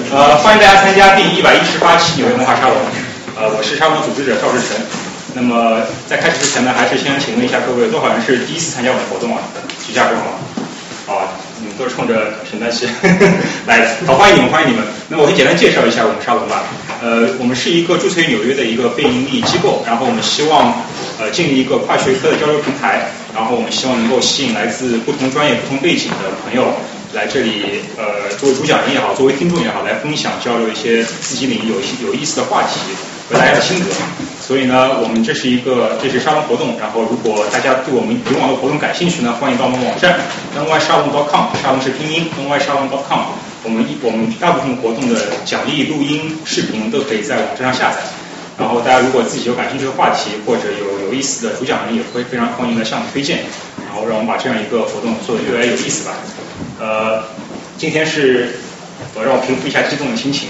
欢迎大家参加第118期纽约文化沙龙。我是沙龙组织者赵志成。那么在开始之前呢，还是先请问一下各位，多少人是第一次参加我们的活动啊？举下手好吗？好，你们都是冲着沈丹奇来的，好，欢迎你们，欢迎你们。那么我先简单介绍一下我们沙龙吧。我们是一个注册于纽约的一个非盈利机构，然后我们希望建立一个跨学科的交流平台，然后我们希望能够吸引来自不同专业、不同背景的朋友来这里，作为主讲人也好，作为听众也好，来分享交流一些自己领域有意思的话题和大家的心得。所以呢，我们这是沙龙活动。然后，如果大家对我们以往的活动感兴趣呢，欢迎到我们网站 nysalon.com， 沙龙是拼音 nysalon.com。我们大部分活动的讲义、录音、视频都可以在网站上下载。然后，大家如果自己有感兴趣的话题或者有意思的主讲人，也会非常欢迎来向我们推荐。然后，让我们把这样一个活动做得越来越有意思吧。今天是让我平复一下激动的心情。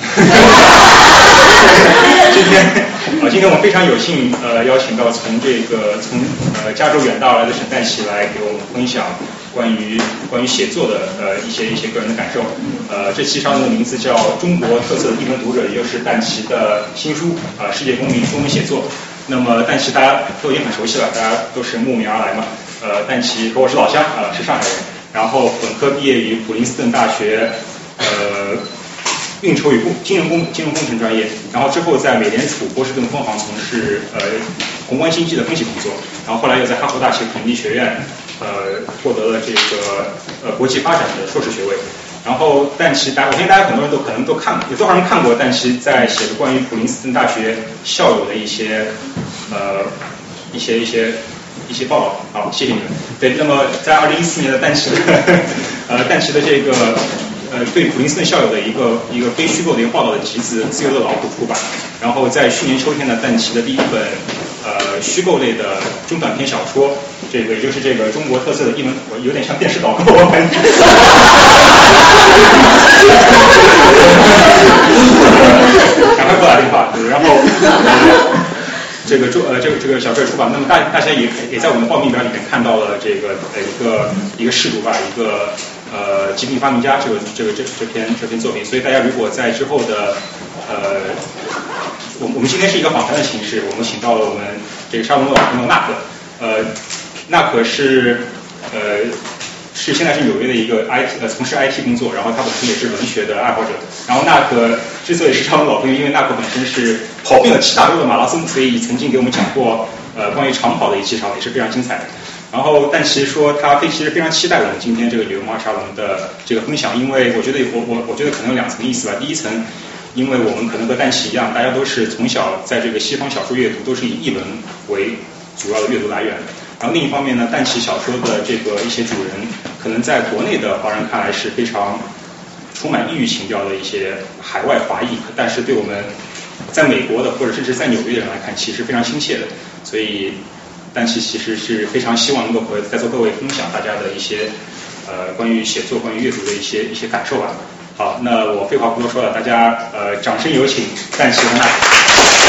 今天我们非常有幸邀请到从加州远道来的沈代奇来给我们分享关于写作的一些个人的感受。这期沙龙的名字叫《中国特色的译文读者》，也就是代奇的新书世界公民中文写作。那么代奇大家都已经很熟悉了，大家都是慕名而来嘛。代奇和我是老乡是上海人，然后本科毕业于普林斯顿大学运筹与金融工程专业，然后之后在美联储波士顿分行从事宏观经济的分析工作，然后后来又在哈佛大学肯尼迪学院获得了这个国际发展的硕士学位。然后但其我相信大家很多人可能都看过，有多少人看过但其在写的关于普林斯顿大学校友的一些报道。好，谢谢你们。对，那么在2014年的但其的这个对普林斯顿校友的一个非虚构的一个报道的集子《自由的老虎》出版。然后在去年秋天呢，但其的第一本虚构类的中短篇小说，也就是这个中国特色的译文，有点像电视导购，赶快拨打电话。然后这个小说出版，那么大家也在我们的报名表里面看到了这个一个试读吧，一个极品发明家这篇作品。所以大家如果在之后的我们今天是一个访谈的形式，我们请到了我们这个沙龙的老朋友纳可。纳可是现在是纽约的一个从事 IT 工作，然后他本身也是文学的爱好者。然后纳可之所以是沙龙老朋友，因为纳可本身是跑遍了7大洲的马拉松，所以曾经给我们讲过关于长跑的一期长，也是非常精彩的。然后但其实说他其实非常期待我们今天这个纽约文化沙龙的这个分享，因为我觉得可能有2层意思吧。第一层，因为我们可能和但其一样，大家都是从小在这个西方小说阅读都是以译文为主要的阅读来源。然后另一方面呢，但其小说的这个一些主人，可能在国内的华人看来是非常充满异域情调的一些海外华裔，但是对我们在美国的或者甚至在纽约的人来看，其实非常亲切的。所以但其实是非常希望能够和在座各位分享大家的一些关于写作、关于阅读的一些感受吧。好，那我废话不多说了，大家掌声有请但其和纳可。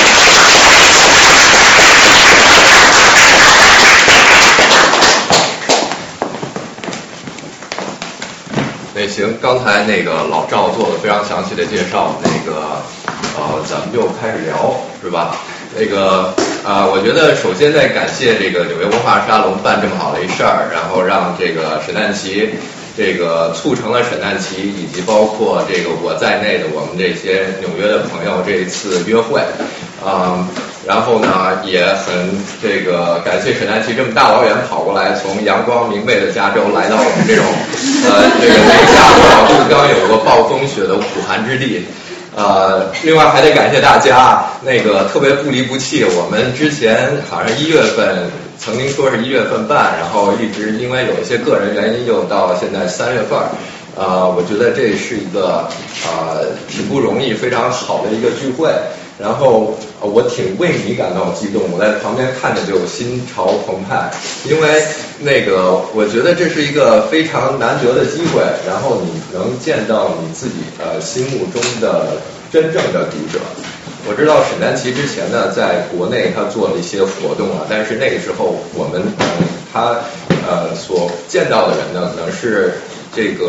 行，刚才老赵做了非常详细的介绍，咱们就开始聊，是吧？我觉得首先再感谢这个纽约文化沙龙办这么好的一事儿，然后让这个沈旦奇促成了沈旦奇以及包括我在内的我们这些纽约的朋友这一次约会，然后呢也很感谢沈旦奇这么大老远跑过来，从阳光明媚的加州来到我们这种零下多少度刚有过暴风雪的苦寒之地。另外还得感谢大家，特别不离不弃。我们之前好像1月份曾经说是1月份办，然后一直因为有一些个人原因，又到现在3月份。我觉得这是一个挺不容易、非常好的一个聚会。然后我挺为你感到激动，我在旁边看着就心潮澎湃，因为我觉得这是一个非常难得的机会，然后你能见到你自己心目中的真正的读者。我知道沈旦奇之前呢，在国内他做了一些活动啊，但是那个时候我们他所见到的人呢，可能是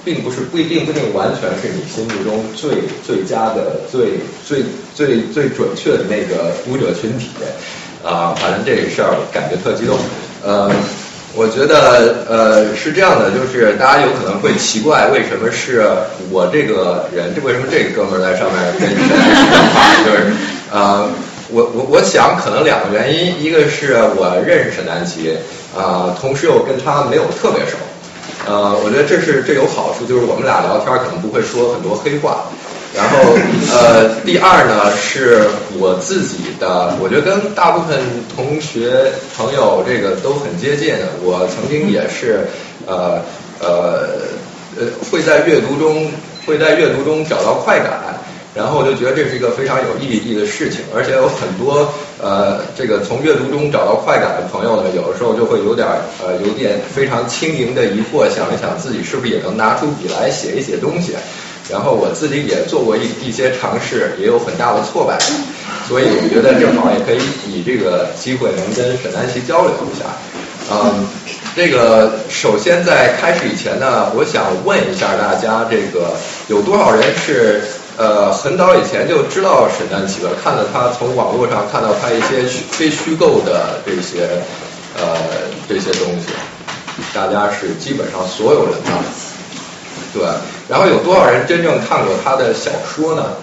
不一定完全是你心目中最佳的最准确的那个读者群体反正这事儿感觉特激动。我觉得是这样的，就是大家有可能会奇怪，为什么是我这个人，为什么这个哥们儿在上面跟沈南旗讲话？就是我想可能两个原因，一个是我认识沈南旗同时又跟他没有特别熟。我觉得这有好处，就是我们俩聊天可能不会说很多黑话。然后第二呢是我自己的，我觉得跟大部分同学朋友这个都很接近。我曾经也是会在阅读中找到快感，然后我就觉得这是一个非常有意义的事情，而且有很多这个从阅读中找到快感的朋友呢，有的时候就会有点非常轻盈的疑惑，想一想自己是不是也能拿出笔来写一写东西。然后我自己也做过一些尝试，也有很大的挫败感，所以我觉得正好也可以以这个机会能跟沈南旗交流一下。这个首先在开始以前呢，我想问一下大家，这个有多少人是很早以前就知道沈南旗了，看到他从网络上看到他一些非虚构的这些东西？大家是基本上所有人吧？对，然后有多少人真正看过他的小说呢？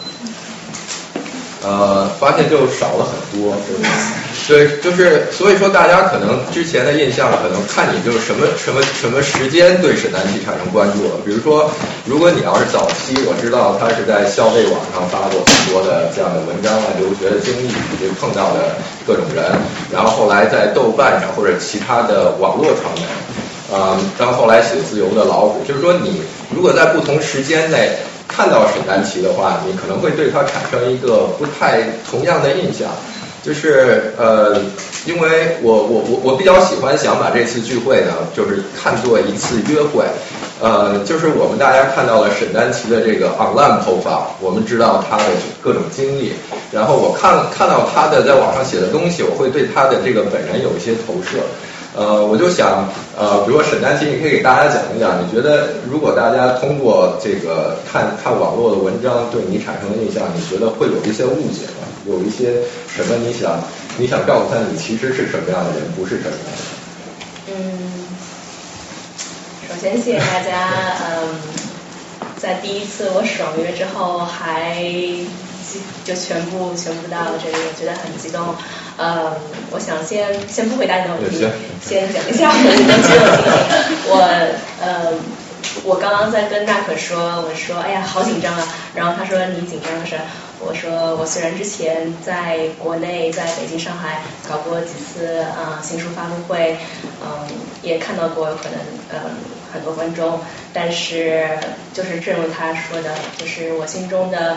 发现就少了很多，对，就是所以说大家可能之前的印象可能看你就是什么时间对沈南旗产生关注了。比如说，如果你要是早期，我知道他是在校内网上发过很多的这样的文章留学的经历以及碰到的各种人，然后后来在豆瓣上或者其他的网络传媒。到后来写自由的老虎，就是说你如果在不同时间内看到沈南旗的话，你可能会对他产生一个不太同样的印象。就是因为我比较喜欢想把这次聚会呢，就是看作一次约会。就是我们大家看到了沈南旗的这个 online profile， 我们知道他的各种经历，然后我看到他的在网上写的东西，我会对他的这个本人有一些投射。我就想，比如说沈南旗，你可以给大家讲一讲，你觉得如果大家通过这个看网络的文章对你产生的印象，你觉得会有一些误解吗？有一些什么你想告诉他你其实是什么样的人，不是什么样的人？ 首先谢谢大家，在第一次我爽约之后还就全部到了这里，我觉得很激动。我想先不回答你的问题，先讲一下我的肌肉经历。我刚刚在跟大可说，我说哎呀好紧张啊，然后他说你紧张的是，我说我虽然之前在国内在北京上海搞过几次新书发布会，也看到过可能很多观众，但是就是正如他说的，就是我心中的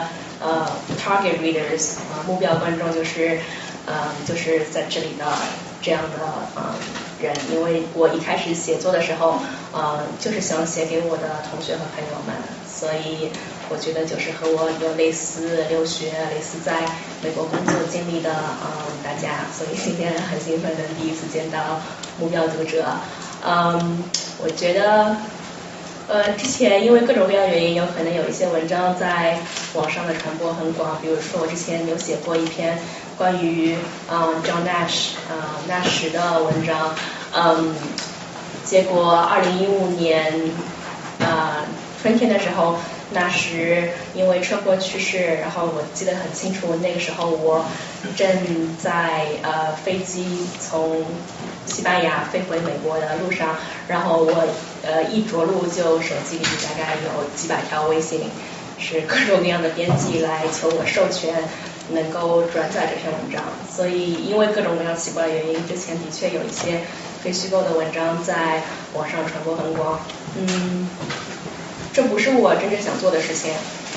target readers 目标观众就是在这里的这样的人，因为我一开始写作的时候就是想写给我的同学和朋友们，所以我觉得就是和我有类似留学类似在美国工作经历的大家，所以今天很兴奋的第一次见到目标读者。我觉得之前因为各种各样原因，有可能有一些文章在网上的传播很广，比如说我之前有写过一篇关于John Nash 纳什的文章，结果2015年春天的时候，纳什因为车祸去世，然后我记得很清楚，那个时候我正在飞机从西班牙飞回美国的路上，然后我一着陆就手机里大概有几百条微信，是各种各样的编辑来求我授权能够转载这篇文章，所以因为各种各样奇怪的原因，之前的确有一些非虚构的文章在网上传播很广。这不是我真正想做的事情。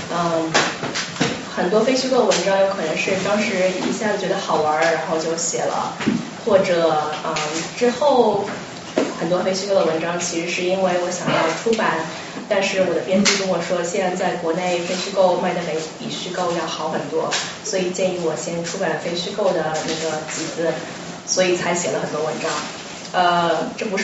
很多非虚构文章有可能是当时一下子觉得好玩，然后就写了，或者之后很多非虚构的文章其实是因为我想要出版，但是我的编辑跟我说现在在国内非虚构卖的比虚构要好很多，所以建议我先出版非虚构的那个集子，所以才写了很多文章。这不是我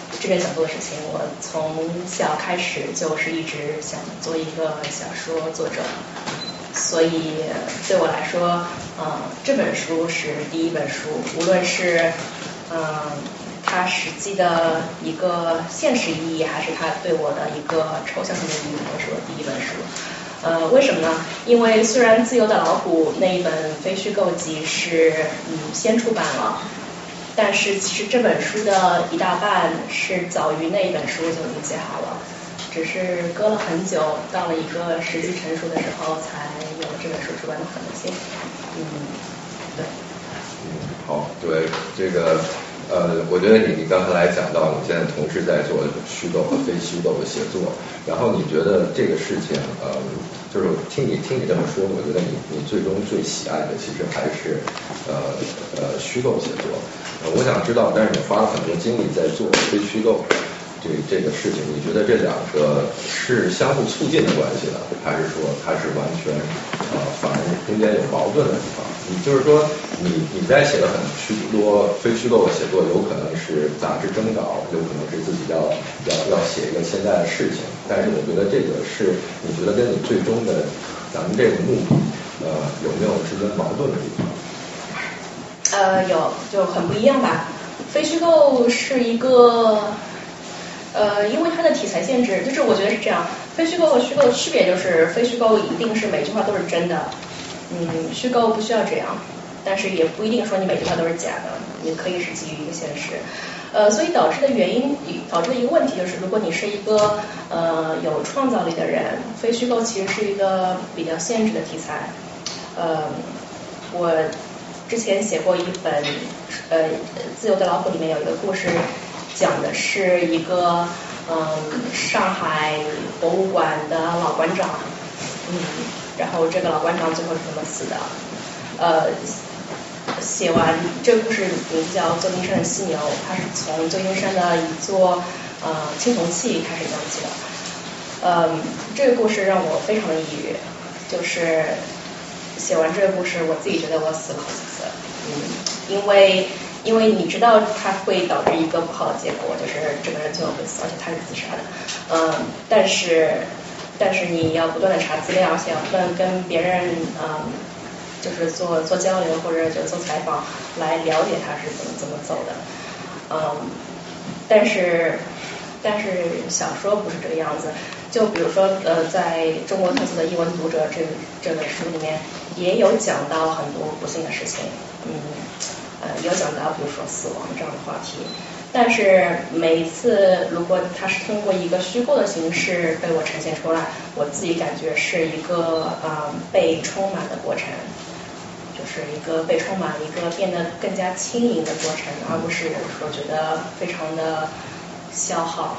这个想做的事情。我从小开始就是一直想做一个小说作者，所以对我来说，这本书是第一本书，无论是它实际的一个现实意义，还是它对我的一个抽象性的意义，都是我第一本书。为什么呢？因为虽然《自由的老虎》那一本非虚构集是先出版了，但是其实这本书的一大半是早于那一本书就已经写好了，只是隔了很久，到了一个时机成熟的时候，才有了这本书出版的可能性。对。 好，对这个。我觉得你刚才来讲到你现在同时在做虚构和非虚构的写作，然后你觉得这个事情，就是听你这么说，我觉得你最终最喜爱的其实还是虚构写作。我想知道，但是你花了很多精力在做非虚构这个事情，你觉得这两个是相互促进的关系呢，还是说它是完全反而中间有矛盾的地方？你就是说你在写了很多非虚构的写作，有可能是杂志征稿，有可能是自己要写一个现在的事情，但是我觉得这个是你觉得跟你最终的咱们这个目的有没有之间矛盾的地方？ 有，就很不一样吧。非虚构是一个因为它的题材限制，就是我觉得是这样，非虚构和虚构的区别就是非虚构一定是每句话都是真的，虚构不需要这样，但是也不一定说你每句话都是假的，也可以是基于一个现实。所以导致的一个问题就是，如果你是一个有创造力的人，非虚构其实是一个比较限制的题材。我之前写过一本自由的老虎，里面有一个故事，讲的是一个上海博物馆的老馆长，然后这个老馆长最后是怎么死的？写完这个故事名字叫《旧金山的犀牛》，它是从旧金山的一座青铜器开始讲起的。这个故事让我非常的抑郁，就是写完这个故事，我自己觉得我死了好几次。因为你知道它会导致一个不好的结果，就是这个人最后会死，而且他是自杀的。但是你要不断的查资料，而且要不断跟别人就是做交流或者就做采访来了解他是怎么走的。但是小说不是这个样子。就比如说在中国特色的译文读者这本书里面也有讲到很多不幸的事情，有讲到比如说死亡这样的话题。但是每一次如果它是通过一个虚构的形式被我呈现出来，我自己感觉是一个被充满的过程，就是一个被充满，一个变得更加轻盈的过程，而不是说觉得非常的消耗。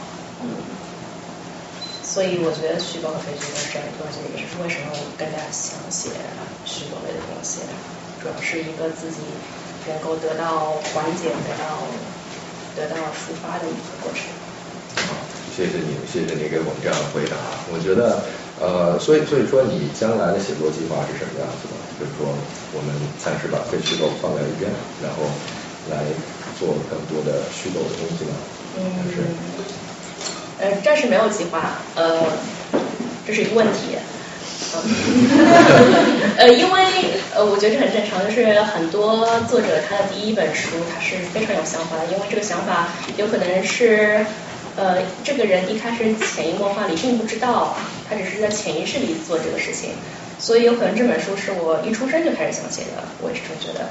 所以我觉得虚构和非虚构这样的东西，也是为什么我更加想写虚构类的东西，主要是一个自己能够得到缓解、得到抒发的一个过程。 好，谢谢你给我们这样的回答。我觉得所以说你将来的写作计划是什么样子的？就是说我们暂时把非虚构放在一边，然后来做更多的虚构的东西呢？ 暂时没有计划，这是一个问题。因为我觉得这很正常，就是很多作者他的第一本书他是非常有想法的，因为这个想法有可能是这个人一开始潜移默化里并不知道，他只是在潜意识里做这个事情，所以有可能这本书是我一出生就开始想写的，我也是这么觉得。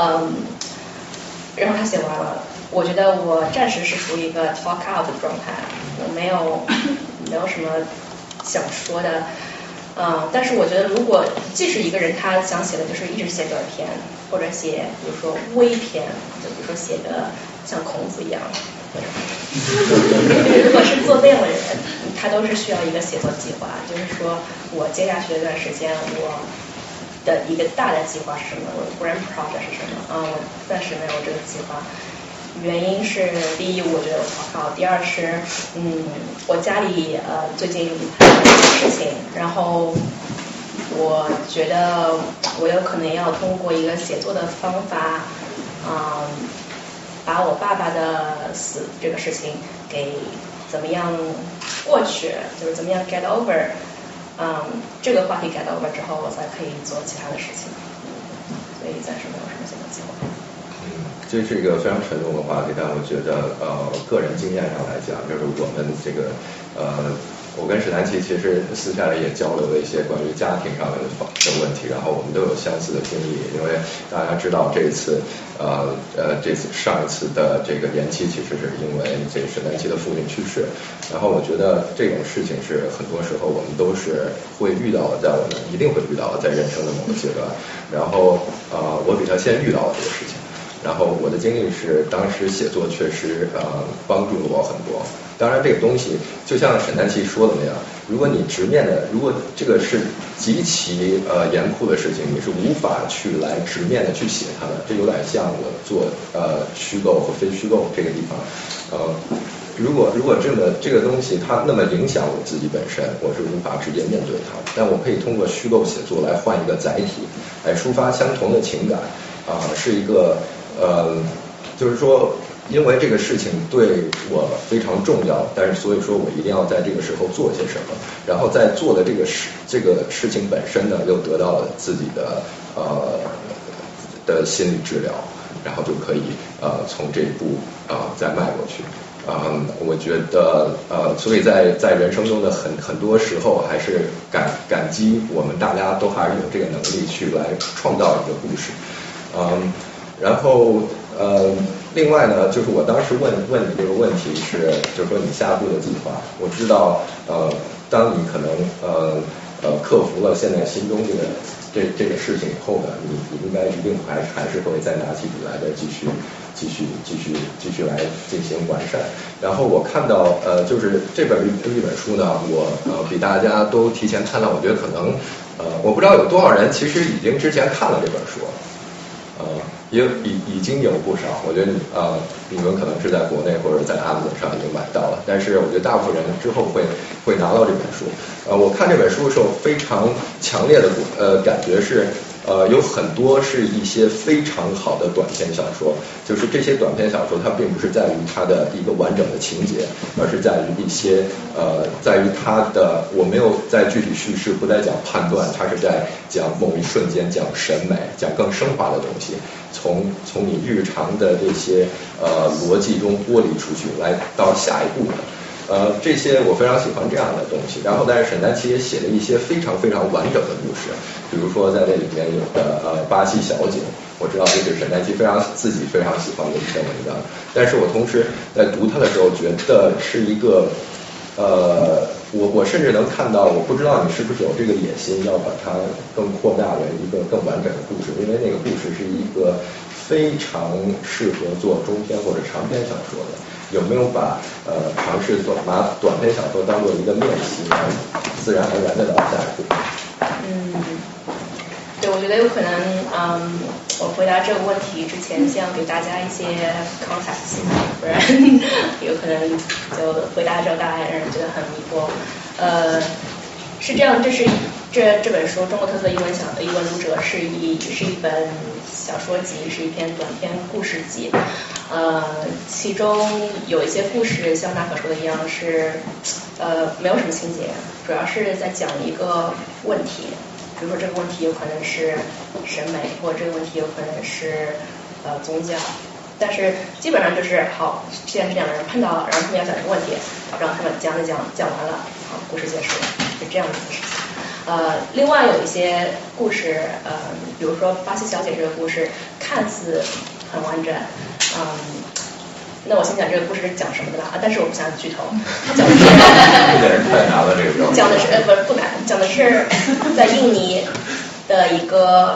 然后他写完了，我觉得我暂时是处于一个 talk out 的状态，我没有什么想说的。但是我觉得如果即使一个人他想写的就是一直写短篇，或者写比如说微篇，就比如说写的像孔子一样，如果是做那样的人，他都是需要一个写作计划，就是说我接下去的一段时间我的一个大的计划是什么，我的 grand project 是什么我暂时没有这个计划。原因是第一，我觉得我考考；第二是，我家里最近发生了一些事情，然后我觉得我有可能要通过一个写作的方法， 把我爸爸的死这个事情给怎么样过去，就是怎么样 get over， 这个话题 get over 之后，我才可以做其他的事情。所以暂时没有什么新的计划。 这是一个非常沉重的话题，但我觉得个人经验上来讲，就是我们这个我跟史丹奇其实私下里也交流了一些关于家庭上的问题，然后我们都有相似的经历，因为大家知道这次上一次的这个延期，其实是因为这个史丹奇的父亲去世，然后我觉得这种事情是很多时候我们都是会遇到的，在我们一定会遇到的，在人生的某个阶段，然后我比他先遇到了这个事情。然后我的经历是，当时写作确实帮助了我很多。当然，这个东西就像沈丹奇说的那样，如果你直面的，如果这个是极其严酷的事情，你是无法去来直面的去写它的。这有点像我做虚构和非虚构这个地方。如果真的这个东西它那么影响我自己本身，我是无法直接面对它。但我可以通过虚构写作来换一个载体，来抒发相同的情感。是一个就是说，因为这个事情对我非常重要，但是所以说我一定要在这个时候做些什么，然后在做的这个事情本身呢，又得到了自己的心理治疗，然后就可以从这一步再迈过去。我觉得所以在人生中的很多时候，还是感激我们大家都还是有这个能力去来创造一个故事。然后另外呢，就是我当时问你这个问题是，就是说你下步的计划。我知道当你可能克服了现在心中这个事情以后呢，你应该一定还是会再拿起笔来的继续来进行完善。然后我看到就是这本一本书呢，我比大家都提前看到，我觉得可能我不知道有多少人其实已经之前看了这本书。已经有不少，我觉得你们可能是在国内或者在Amazon上已经买到了，但是我觉得大部分人之后会拿到这本书。我看这本书的时候，非常强烈的感觉是，有很多是一些非常好的短篇小说，就是这些短篇小说它并不是在于它的一个完整的情节，而是在于一些在于它的我没有在具体叙事，不再讲判断，它是在讲某一瞬间，讲审美，讲更升华的东西。从你日常的这些逻辑中剥离出去，来到下一步的这些我非常喜欢这样的东西。然后，但是沈丹奇也写了一些非常非常完整的故事，比如说在这里面有的巴西小姐，我知道这是沈丹奇自己非常喜欢的一篇文章。但是我同时在读它的时候，觉得是一个我甚至能看到，我不知道你是不是有这个野心，要把它更扩大为一个更完整的故事，因为那个故事是一个非常适合做中篇或者长篇小说的。有没有把尝试把短篇小说当做一个练习，自然而然的到下一步？ 对，我觉得有可能，我回答这个问题之前，先要给大家一些 context， 不然有可能就回答之后大家让人觉得很迷惑。是这样，这本书《中国特色译文读者》是一本小说集，是一篇短篇故事集。其中有一些故事像大可说的一样是没有什么情节，主要是在讲一个问题。比如说这个问题有可能是审美，或者这个问题有可能是宗教，但是基本上就是好，既然是两个人碰到了，然后他们要讲这个问题，让他们讲完了，好，故事结束了，是这样子的事情。另外有一些故事，比如说巴西小姐这个故事看似很完整，那我先讲这个故事是讲什么的吧，但是我不想剧透。讲的是太难了，这个讲的是不难，讲的是在印尼的一个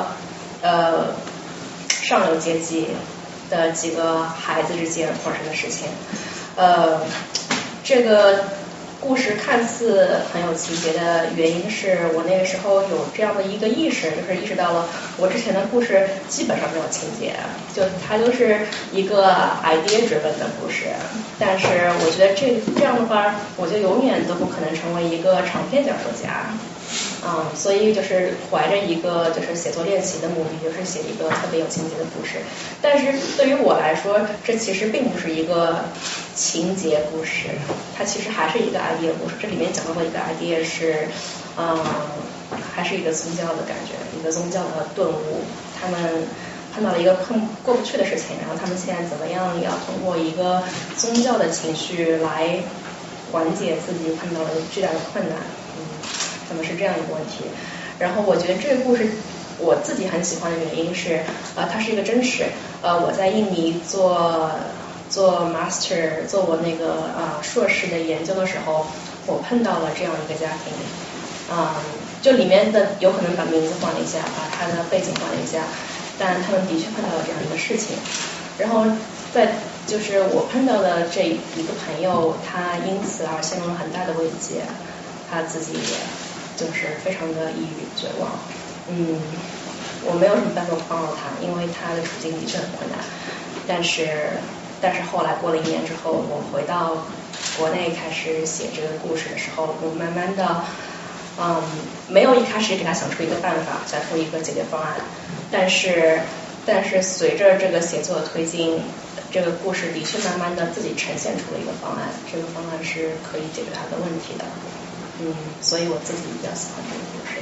上流阶级的几个孩子之间发生的事情。这个故事看似很有情节的原因是我那个时候有这样的一个意识，就是意识到了我之前的故事基本上没有情节，就它都是一个 idea driven 的故事。但是我觉得这样的话，我就永远都不可能成为一个长篇小说家。 所以就是怀着一个就是写作练习的目的，就是写一个特别有情节的故事。但是对于我来说，这其实并不是一个情节故事，它其实还是一个 idea 故事。这里面讲到的一个 idea 是，还是一个宗教的感觉，一个宗教的顿悟。他们碰到了一个过不去的事情，然后他们现在怎么样要通过一个宗教的情绪来缓解自己碰到的巨大的困难。可能是这样一个问题。然后我觉得这个故事我自己很喜欢的原因是，它是一个真实。我在印尼做 master 做我那个硕士的研究的时候，我碰到了这样一个家庭。就里面的有可能把名字换了一下，把他的背景换了一下，但他们的确碰到了这样一个事情。然后就是我碰到的这一个朋友，他因此而陷入了很大的危机，他自己就是非常的抑郁绝望。我没有什么办法帮到他，因为他的处境的确很困难。但是后来过了1年之后，我回到国内开始写这个故事的时候，我慢慢的没有一开始给他想出一个办法，想出一个解决方案。但是随着这个写作的推进，这个故事的确慢慢的自己呈现出了一个方案，这个方案是可以解决他的问题的。所以我自己比较喜欢这个故事。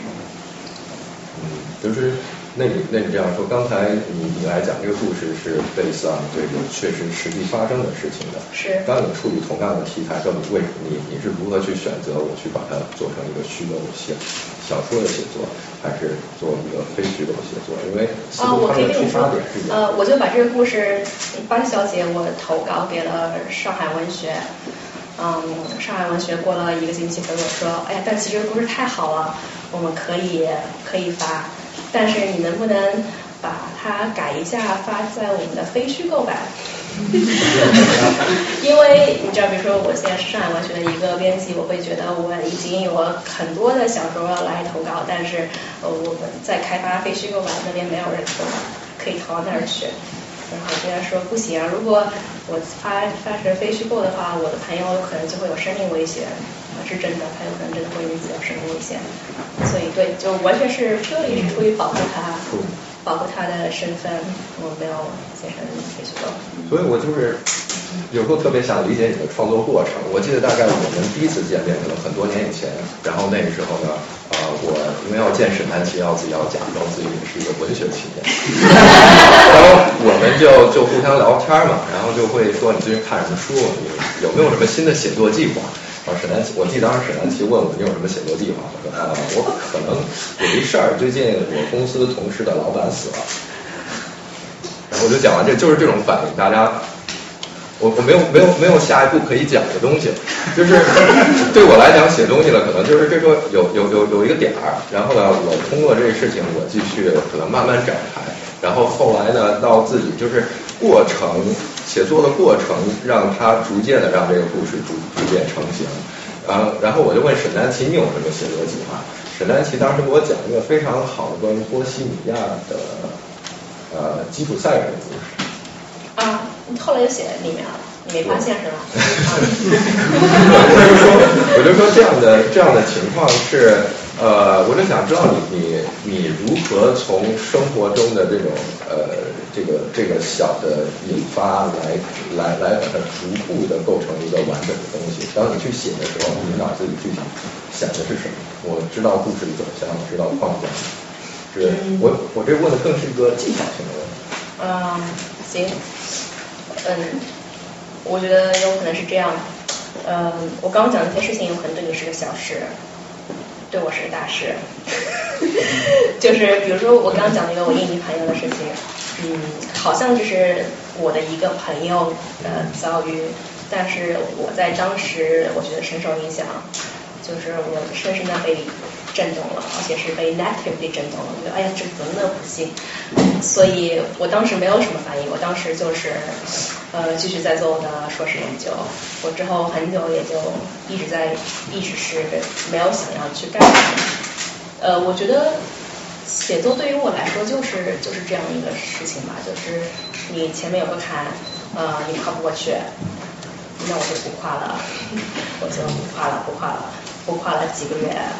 就是那你这样说，刚才你来讲这个故事是based on这个确实实际发生的事情的。 是。 当你处理同样的题材，你是如何去选择我去把它做成一个虚构小说的写作，还是做一个非虚构的写作？因为似乎它的出发点是我就把这个故事8小节我投稿给了上海文学。上海文学过了1个星期跟我说，哎呀，但其实这个故事太好了，我们可以发，但是你能不能把它改一下发在我们的非虚构版？因为你知道，比如说我现在是上海文学的一个编辑，我会觉得我已经有了很多的小说要来投稿，但是我们在开发非虚构版那边没有人投，可以投到那儿去。然后我跟他说不行啊，如果我发成非虚构的话，我的朋友可能就会有生命危险。是真的，他有可能真的会因此有生命危险。所以对，就完全是purely是出于保护他的身份，我没有写成非虚构。 所以我就是有时候特别想理解你的创作过程。我记得大概我们第一次见面可能很多年以前，然后那个时候呢，我因为要见沈南旗，自己要假装自己也是一个文学青年，然后我们就互相聊天嘛，然后就会说你最近看什么书，你有没有什么新的写作计划？然后我记得当时沈南旗问我你有什么写作计划？我说我可能有一事儿，最近我公司同事的老板死了。然后我就讲完，这就是这种反应，大家。我没有下一步可以讲的东西，就是对我来讲写东西了，可能就是这个有一个点儿，然后呢，我通过这个事情我继续可能慢慢展开，然后后来呢，到自己就是过程写作的过程，让它逐渐的让这个故事逐渐成型。然后我就问沈南旗你有什么写作计划？沈南旗当时给我讲一个非常好的关于波西米亚的吉普赛人的故事。 你后来就写在里面了，你没发现是吗？ 我就说这样的情况是，我就想知道你如何从生活中的这种这个小的引发来把它逐步的构成一个完整的东西。当你去写的时候，你脑子里具体想的是什么？我知道故事的走向，我知道框架。我这问的更是一个技巧性的问题。 行。我觉得有可能是这样。我刚刚讲的那些事情有可能对你是个小事，对我是个大事。就是比如说我刚刚讲那个我印尼朋友的事情，好像就是我的一个朋友的遭遇，但是我在当时我觉得深受影响，就是我深深的被震动了，而且是被 negatively 震动了。我觉得哎呀，这怎么那么不幸？所以我当时没有什么反应，我当时就是继续在做我的硕士研究。我之后很久也就一直是没有想要去干什么。我觉得写作对于我来说就是这样一个事情吧，就是你前面有个坎，你跨不过去，那我就不跨了，我就不跨了几个月，它还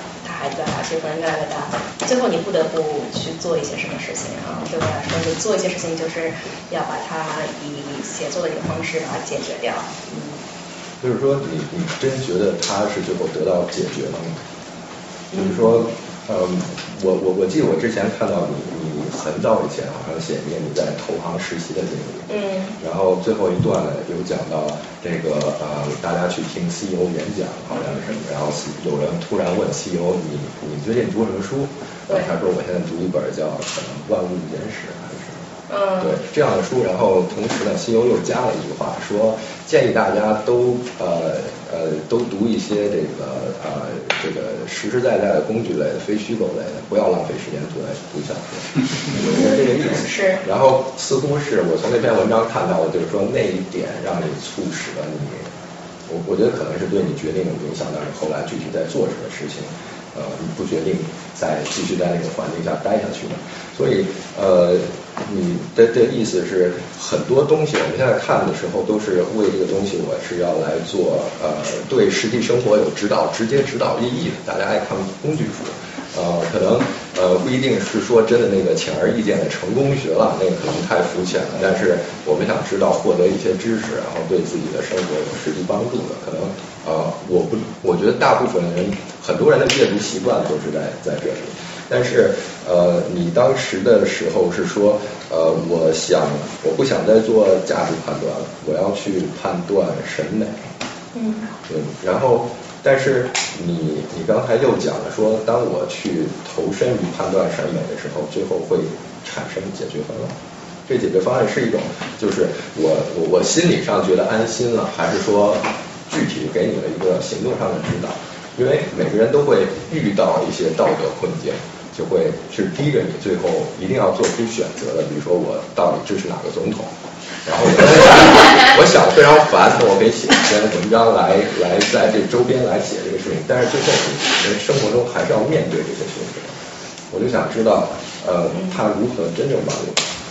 排队啊，学分越来越大，最后你不得不去做一些什么事情啊。对我来说，你做一些事情就是要把它以写作的一个方式把它解决掉。 就是说你真觉得它是最后得到解决了吗？就是说，我记得我之前看到你很早以前好像写一个你在投行实习的经历，然后最后一段呢有讲到这个大家去听 CEO 演讲好像是，然后有人突然问 CEO 你最近读什么书？然后他说我现在读一本叫可能《万物简史》还是什么。对这样的书，然后同时呢 CEO 又加了一句话，说建议大家都读一些这个实实在在的工具类的、非虚构类的，不要浪费时间读小说。我觉得这个意思是。 然后似乎是我从那篇文章看到的，就是说那一点让你促使了你，我觉得可能是对你决定有影响，但是后来具体在做什么事情。你不决定继续在那个环境下待下去了，所以你的意思是很多东西我们现在看的时候都是为这个东西我是要来做对实际生活有直接指导意义的，大家爱看工具书。可能不一定是说真的那个显而易见的成功学了，那个可能太肤浅了。但是我们想知道获得一些知识，然后对自己的生活有实际帮助的，可能我觉得大部分人，很多人的阅读习惯都是在这里。但是你当时的时候是说我不想再做价值判断了，我要去判断审美。对，然后。但是你刚才又讲了说，当我去投身于判断审美的时候，最后会产生解决方案。这解决方案是一种，就是我心理上觉得安心了，还是说具体给你了一个行动上的指导？因为每个人都会遇到一些道德困境，就会是逼着你最后一定要做出选择的。比如说我到底支持哪个总统？然后我想非常烦，那我可以写一篇文章来在这周边来写这个事情，但是最后你生活中还是要面对这些选择。我就想知道，他如何真正帮你？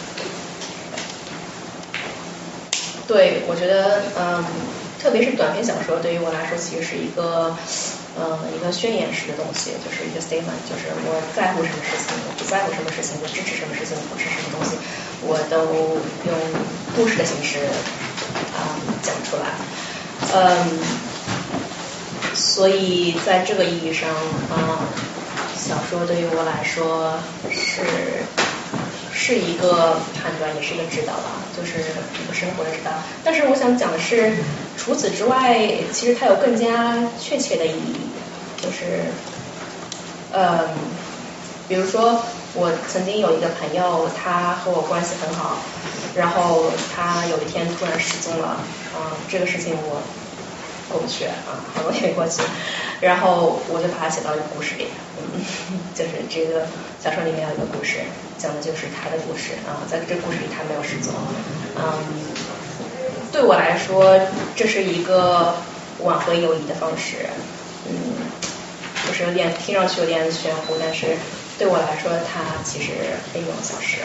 对，我觉得，特别是短篇小说，对于我来说，其实是一个宣言式的东西，就是一个 statement， 就是我在乎什么事情，我不在乎什么事情，我支持什么事情，我不支持什么东西，我都用故事的形式讲出来。所以在这个意义上，小说对于我来说是一个判断，也是一个指导吧，就是一个生活的指导。但是我想讲的是，除此之外，其实它有更加确切的意义，就是比如说我曾经有一个朋友，他和我关系很好，然后他有一天突然失踪了，这个事情我过不去好多年过去，然后我就把它写到一个故事里，就是这个小说里面有一个故事，讲的就是他的故事在这个故事里他没有失踪，对我来说这是一个挽回友谊的方式，就是听上去有点玄乎，但是对我来说它其实非常小事，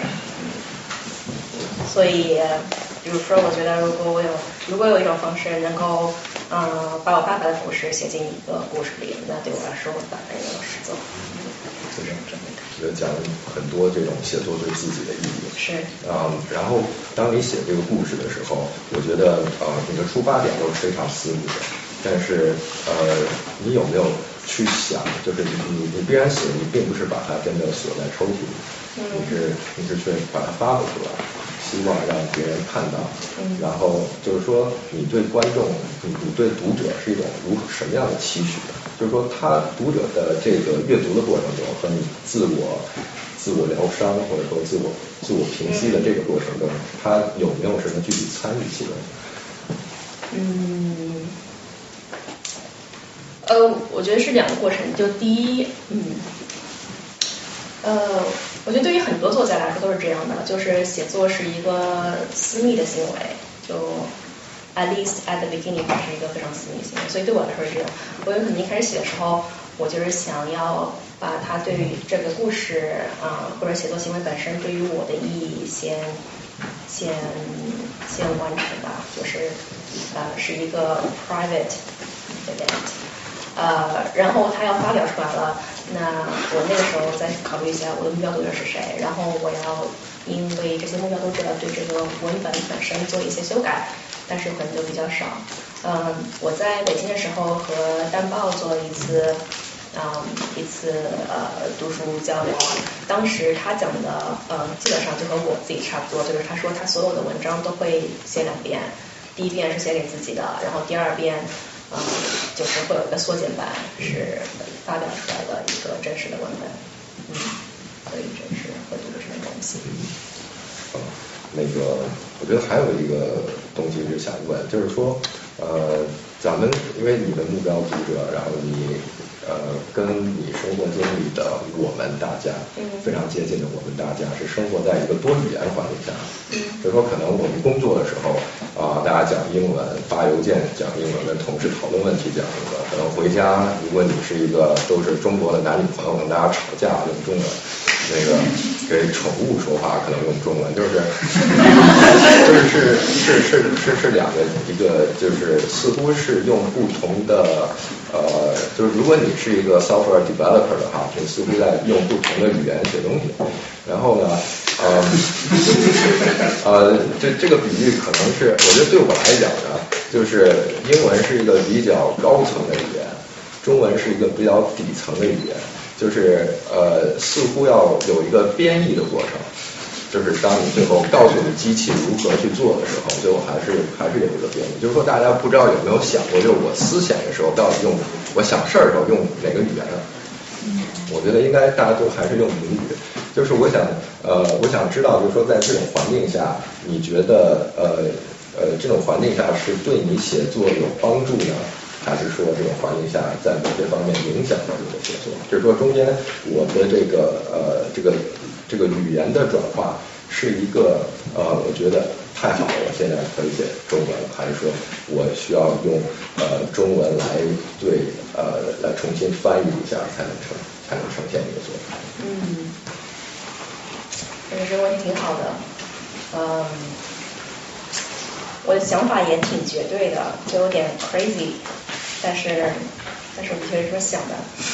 所以比如说我觉得如果有一种方式能够把我爸爸的故事写进一个故事里，那对我来说我爸爸也有失踪。 我讲了很多这种写作对自己的意义。 是。 然后当你写这个故事的时候，我觉得你的出发点都是非常私密的。但是你有没有去想，就是你必然写，你并不是把它真的锁在抽屉里，你是去把它发布出来，希望让别人看到。然后就是说，你对观众，你对读者是一种什么样的期许？就是说，读者的这个阅读的过程中，和你自我疗伤，或者说自我平息的这个过程中，他有没有什么具体参与其中？ 我觉得是两个过程。就第一，我觉得对于很多作家来说都是这样的，就是写作是一个私密的行为，就 at least at the beginning 它是一个非常私密的行为，所以对我来说是这样。我有可能一开始写的时候，我就是想要把它对于这个故事或者写作行为本身对于我的意义先完成吧，就是是一个 private event。然后它要发表出来了， 那我那个时候再考虑一下我的目标读者是谁，然后我要因为这些目标读者对这个文本本身做一些修改，但是可能就比较少。我在北京的时候和淡报做了一次读书交流，当时他讲的基本上就和我自己差不多，就是他说他所有的文章都会写2遍，第一遍是写给自己的，然后第2遍就是会有一个缩减版，是发表出来的一个真实的文本，所以这是会读这种东西。 那个，我觉得还有一个东西是想问，就是说，咱们因为你的目标读者，然后你跟你生活经历的我们大家非常接近的我们大家是生活在一个多语言环境下，就是说可能我们工作的时候大家讲英文，发邮件讲英文，跟同事讨论问题讲英文，可能回家如果你是一个都是中国的男女朋友，跟大家吵架用中文，那个给宠物说话可能用中文，就是两个，一个就是似乎是用不同的就是如果你是一个 software developer 的话，你似乎在用不同的语言写东西。然后呢，这个比喻可能是，我觉得对我来讲呢，就是英文是一个比较高层的语言，中文是一个比较底层的语言，就是似乎要有一个编译的过程。就是当你最后告诉你机器如何去做的时候，最后还是有一个编译。就是说，大家不知道有没有想过，就是我思想的时候到底用，我想事儿的时候用哪个语言呢？我觉得应该大家都还是用母语。就是我想知道，就是说在这种环境下，你觉得这种环境下是对你写作有帮助呢？还是说这种环境下在某些方面影响到你的写作？就是说中间我的这个语言的转化是一个我觉得太好了，我现在可以写中文，还是说我需要用中文来来重新翻译一下才能呈现这个作品？ 这个问题挺好的。我的想法也挺绝对的，就有点 crazy， 但是我的确是这么想的。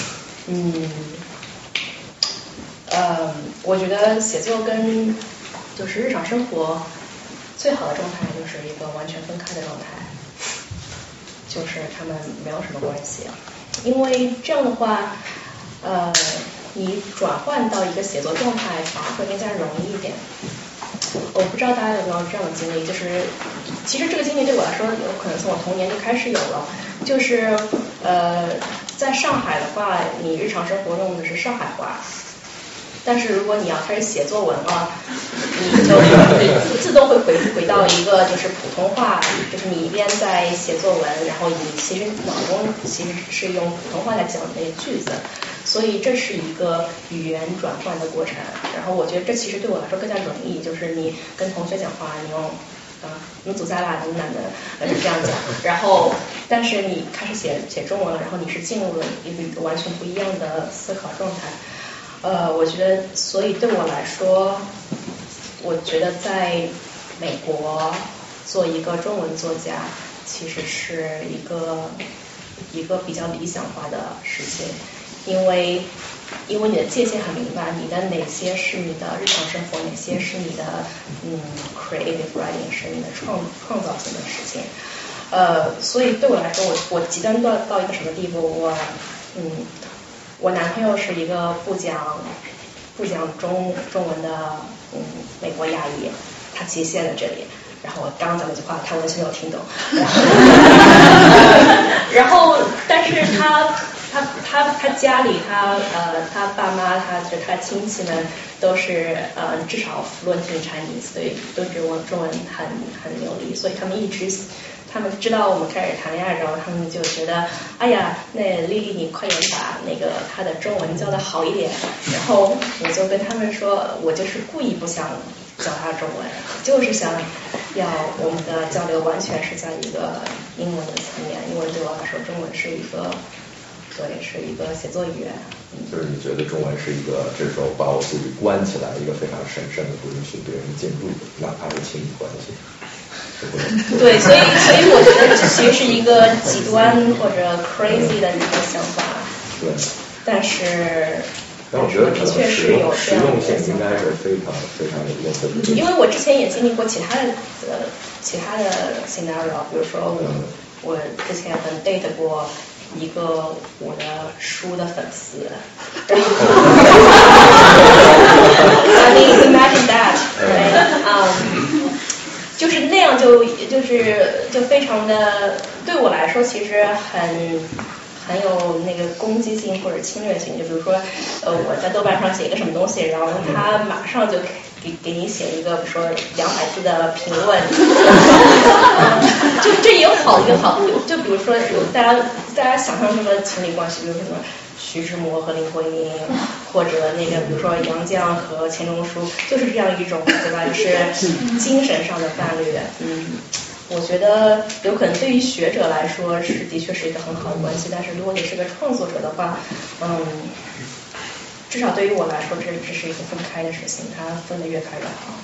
我觉得写作跟就是日常生活最好的状态就是一个完全分开的状态，就是他们没有什么关系，因为这样的话，你转换到一个写作状态反而会更加容易一点。我不知道大家有没有这样的经历，就是其实这个经历对我来说有可能从我童年就开始有了，就是在上海的话，你日常生活用的是上海话。但是如果你要开始写作文了，你就自动会回到一个就是普通话，就是你一边在写作文，然后你其实脑中其实是用普通话来讲那些句子，所以这是一个语言转换的过程。然后我觉得这其实对我来说更加容易，就是你跟同学讲话，你用你组在啦等等的是这样讲，然后但是你开始写中文了，然后你是进入了一个完全不一样的思考状态。我觉得，所以对我来说，我觉得在美国做一个中文作家，其实是一个比较理想化的事情，因为你的界限很明白，你的哪些是你的日常生活，哪些是你的creative writing， 是你的创造性的事情。所以对我来说，我极端到一个什么地步，我男朋友是一个不讲中文的美国亚裔，他极限在这里。然后我刚刚讲那句话，他完全没有听懂。然后，但是他家里他爸妈就他亲戚们都是至少 fluent in Chinese， 所以都觉得我中文很流利，所以他们知道我们开始谈恋爱之后，他们就觉得，哎呀，那丽丽你快点把那个她的中文教得好一点。然后我就跟他们说，我就是故意不想教她中文，就是想要我们的交流完全是在一个英文的层面，因为对我来说，中文是一个写作语言。 就是你觉得中文是一个这时候把我自己关起来，一个非常神圣的，不允许别人进入的，哪怕是亲密关系。 对，所以我觉得这其实是一个极端或者 crazy 的一个想法。 对， 但是我觉得可能确是有实用性应该是非常非常有用的。 因为我之前也经历过其他的 scenario， 比如说我之前很 date 过一个我的书的粉丝，然后I mean imagine that， 就是那样就非常的对我来说其实很有那个攻击性或者侵略性，就比如说我在豆瓣上写一个什么东西，然后他马上就给你写一个比如说200字的评论，就这也有好的一个好，就比如说大家想象中的情侣关系，比如什么徐志摩和林徽因，或者那个比如说杨绛和钱钟书，就是这样一种对吧，就是精神上的伴侣。我觉得有可能对于学者来说的确是一个很好的关系，但是如果你是个创作者的话，至少对于我来说，这是一个分开的事情，它分得越开越好。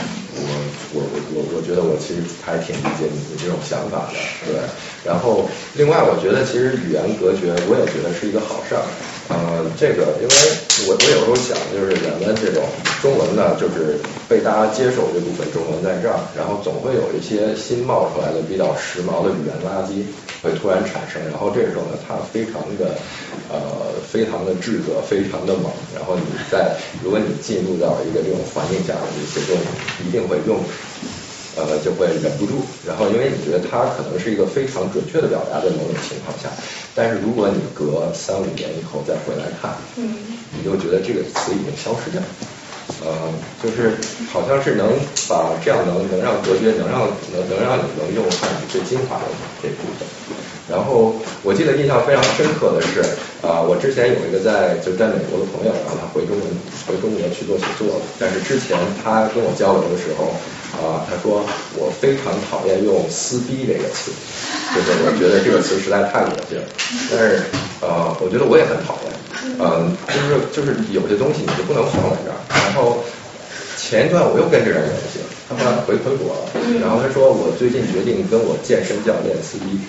我觉得我其实还挺理解你的这种想法的，对。然后另外我觉得其实语言隔绝，我也觉得是一个好事儿。这个因为我有时候想，就是人们这种中文呢，就是被大家接受这部分中文在这儿，然后总会有一些新冒出来的比较时髦的语言垃圾会突然产生，然后这时候呢，它非常的炙热，非常的猛，然后如果你进入到一个这种环境下，你写作一定会用，就会忍不住，然后因为你觉得它可能是一个非常准确的表达在某种情况下，但是如果你隔3-5年以后再回来看，你就觉得这个词已经消失掉。就是好像是能把这样能让隔绝，能让你能用汉语最精华的这部分。然后我记得印象非常深刻的是，我之前有一个在美国的朋友，然后他回中国去做写作，但是之前他跟我交流的时候，他说我非常讨厌用撕逼这个词，就是我觉得这个词实在太恶心了。但是我觉得我也很讨厌，就是有些东西你就不能放在这儿。然后前一段我又跟这人联系了，他后来回国了，然后他说我最近决定跟我健身教练撕逼，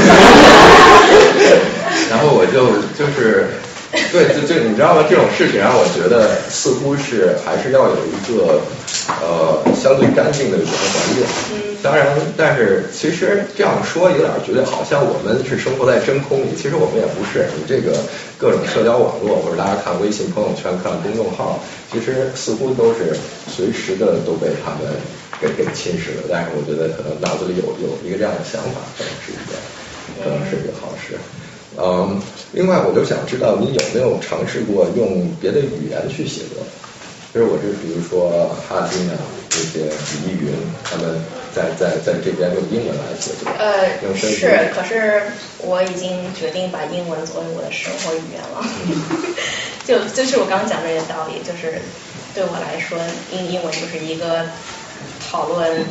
然后我就是对，就你知道吗？这种事情让我觉得似乎是还是要有一个相对干净的语言环境。当然，但是其实这样说有点觉得好像我们是生活在真空里，其实我们也不是。你这个各种社交网络，或者大家看微信朋友圈、看公众号，其实似乎都是随时的都被他们给侵蚀了。但是我觉得可能脑子里有一个这样的想法，可能是一个好事。另外我就想知道你有没有尝试过用别的语言去写作？就是比如说哈金啊，这些李易云，他们在这边用英文来写作。 是，可是我已经决定把英文作为我的生活语言了。就是我刚刚讲的这个道理，就是对我来说，英文就是一个讨论，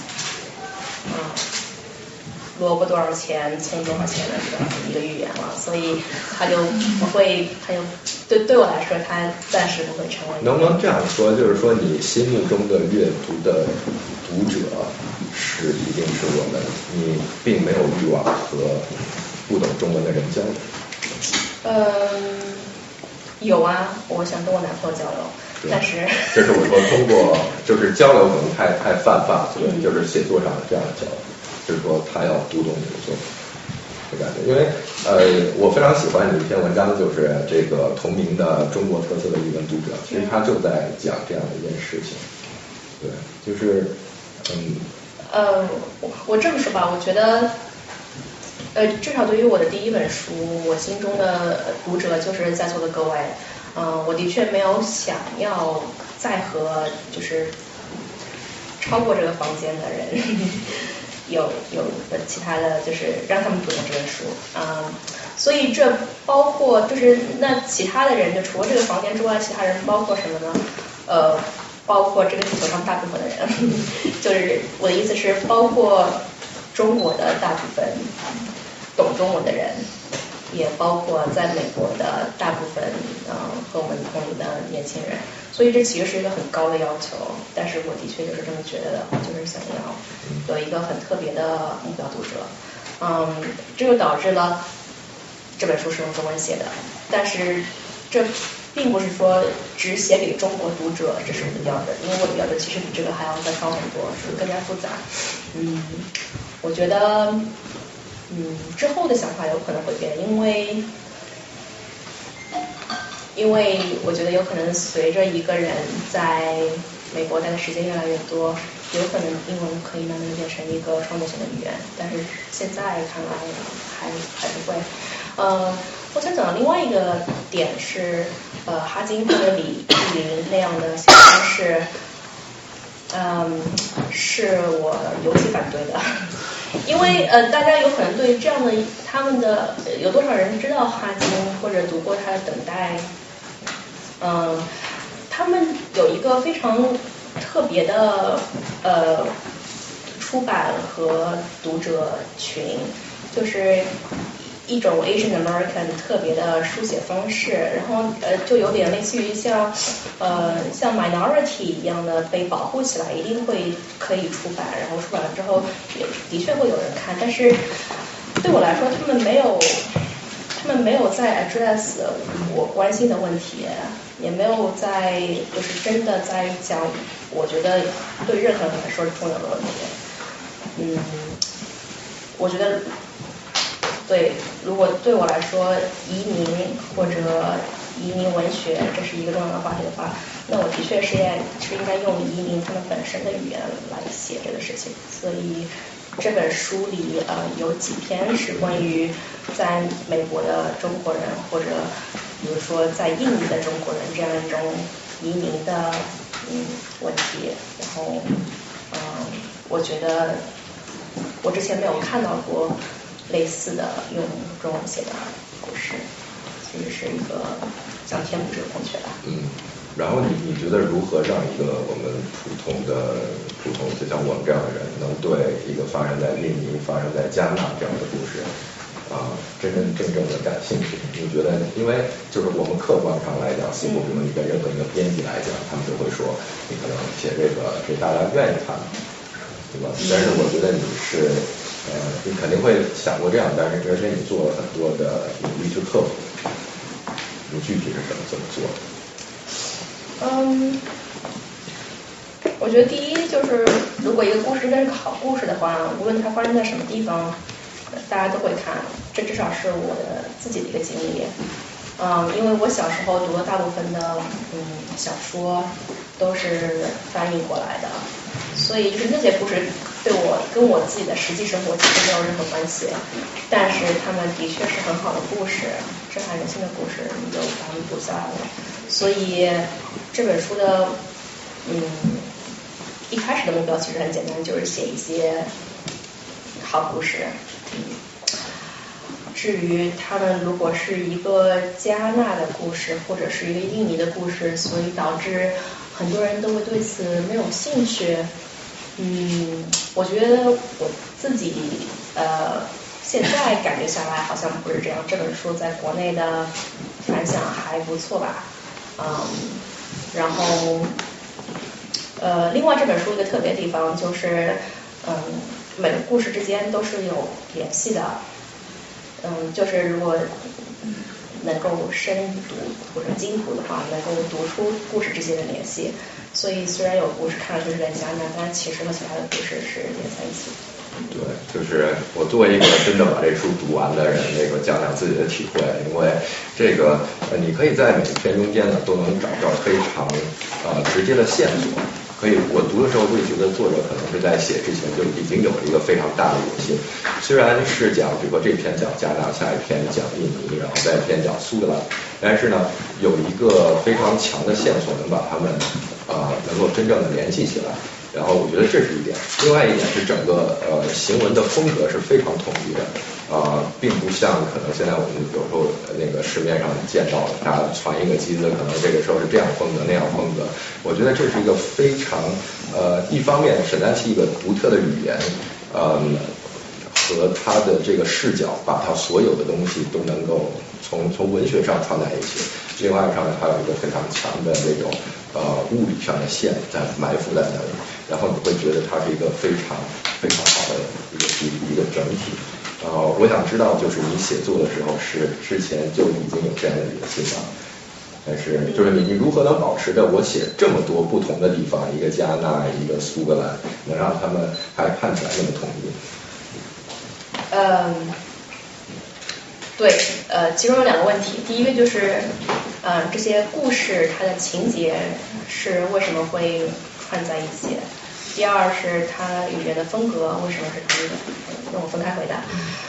萝卜多少钱，葱多少钱的一个语言了，所以它就不会，对我来说，它暂时不会成为。 能不能这样说，就是说你心目中的阅读的读者一定是我们，你并没有欲望和不懂中文的人交流？ 有啊，我想跟我男朋友交流，但是这是我说通过就是交流可能太泛泛，就是写作上的这样的交流。就是说他要读懂你的作品的感觉，因为我非常喜欢你一篇文章，就是这个同名的中国特色的译文读者，其实他就在讲这样的一件事情。对，就是我这么说吧，我觉得至少对于我的第一本书，我心中的读者就是在座的各位。我的确没有想要再和就是超过这个房间的人有其他的，就是让他们读懂这本书。所以这包括就是那其他的人，就除了这个房间之外，其他人包括什么呢？包括这个地球上大部分的人，就是我的意思是，包括中国的大部分懂中文的人，也包括在美国的大部分和我们同龄的年轻人。所以这其实是一个很高的要求，但是我的确就是这么觉得的，就是想要有一个很特别的目标读者。这就导致了这本书是用中文写的，但是这并不是说只写给中国读者，这是我的标准，因为我的标准其实比这个还要再高很多，是更加复杂。我觉得之后的想法有可能会变，因为我觉得有可能随着一个人在美国待的时间越来越多，有可能英文可以慢慢变成一个创作性的语言，但是现在看来还不会。我想讲的另外一个点是，哈金或者李林那样的写作方式，是我尤其反对的。因为大家有可能对这样的他们的有多少人知道哈金或者读过他的《等待》？他们有一个非常特别的出版和读者群，就是一种 Asian American 特别的书写方式，然后就有点类似于像 Minority 一样的被保护起来，一定会可以出版，然后出版了之后也的确会有人看，但是对我来说，他们没有在 address 我关心的问题，也没有在就是真的在讲我觉得对任何人来说重要的问题。我觉得对，如果对我来说移民或者移民文学这是一个重要的话题的话，那我的确是应该用移民他们本身的语言来写这个事情。所以这本书里有几篇是关于在美国的中国人，或者比如说在印尼的中国人这样一种移民的问题。然后我觉得我之前没有看到过类似的用中文写的故事，所以是一个想填补这个空缺吧。 然后你觉得如何让一个我们普通就像我们这样的人，能对一个发生在印尼、发生在加纳这样的故事真正的感兴趣？你觉得，因为就是我们客观上来讲，似乎比如你跟任何一个编辑来讲，他们就会说你可能写这大家愿意看，对吧？但是我觉得你是你肯定会想过这样，但是而且你做了很多的努力去克服，你具体是怎么做的？ 我觉得第一就是，如果一个故事真是个好故事的话，无论它发生在什么地方，大家都会看。这至少是我的自己的一个经历。因为我小时候读的大部分的小说都是翻译过来的，所以就是那些故事对我跟我自己的实际生活其实没有任何关系，但是他们的确是很好的故事，震撼人心的故事，你就把它们读下来了。所以这本书的一开始的目标其实很简单，就是写一些好故事。至于他们如果是一个加纳的故事，或者是一个印尼的故事，所以导致很多人都会对此没有兴趣。我觉得我自己现在感觉下来好像不是这样。这本书在国内的反响还不错吧。然后另外这本书一个特别的地方就是每个故事之间都是有联系的。就是如果能够深读或者精读的话，能够读出故事之间的联系。所以虽然有故事看上去是在加纳，但其实和其他的故事是连在一起。 对，就是我作为一个真的把这书读完的人，讲讲自己的体会，因为这个你可以在每一篇中间呢都能找到非常直接的线索。我读的时候会觉得作者可能是在写之前就已经有了一个非常大的野心，虽然是讲比如说这篇讲加纳，下一篇讲印尼，然后再一篇讲苏格兰，但是呢有一个非常强的线索能把它们能够真正的联系起来。然后我觉得这是一点，另外一点是整个行文的风格是非常统一的，并不像可能现在我们有时候市面上见到的，大家传一个机子，可能这个时候是这样风格那样风格。我觉得这是一个非常一方面沈丹奇一个独特的语言，和他的这个视角，把他所有的东西都能够从文学上串在一起。另外上面还有一个非常强的那种物理上的线在埋伏在那里，然后你会觉得它是一个非常非常好的一个整体。 我想知道，就是你写作的时候是之前就已经有这样的一个心吗？但是就是你如何能保持着我写这么多不同的地方，一个加纳，一个苏格兰，能让他们还看起来那么统一？ 对，其中有2个问题，第一个就是，这些故事它的情节是为什么会串在一起？第二是它语言的风格为什么是同一的？让我分开回答。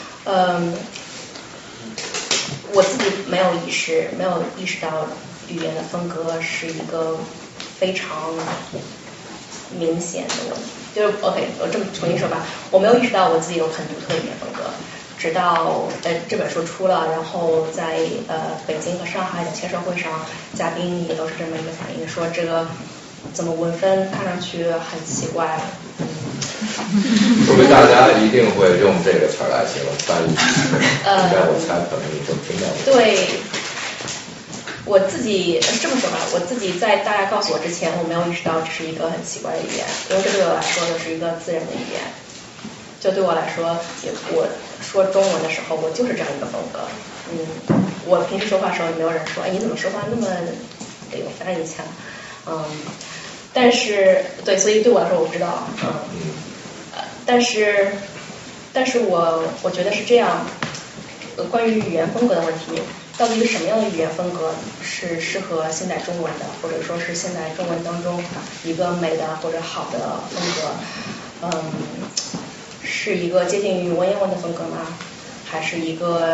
我自己没有意识到语言的风格是一个非常明显的问题。就是 OK， 我这么重新说吧，我没有意识到我自己有很独特的语言风格。直到这本书出了，然后在北京和上海的签售会上，嘉宾也都是这么一个反应，说这个怎么文风看上去很奇怪。 说明大家一定会用这个词儿来形容翻译。应该我猜可能你就听到了。 对，我自己这么说吧，我自己在大家告诉我之前，我没有意识到这是一个很奇怪的语言，因为这对我来说就是一个自然的语言。就对我来说，我说中文的时候，我就是这样一个风格。我平时说话的时候，也没有人说，你怎么说话那么有翻译腔？但是对，所以对我来说，我不知道。但是我觉得是这样。关于语言风格的问题，到底什么样的语言风格是适合现代中文的，或者说是现代中文当中一个美的或者好的风格？是一个接近于文言文的风格吗？还是一个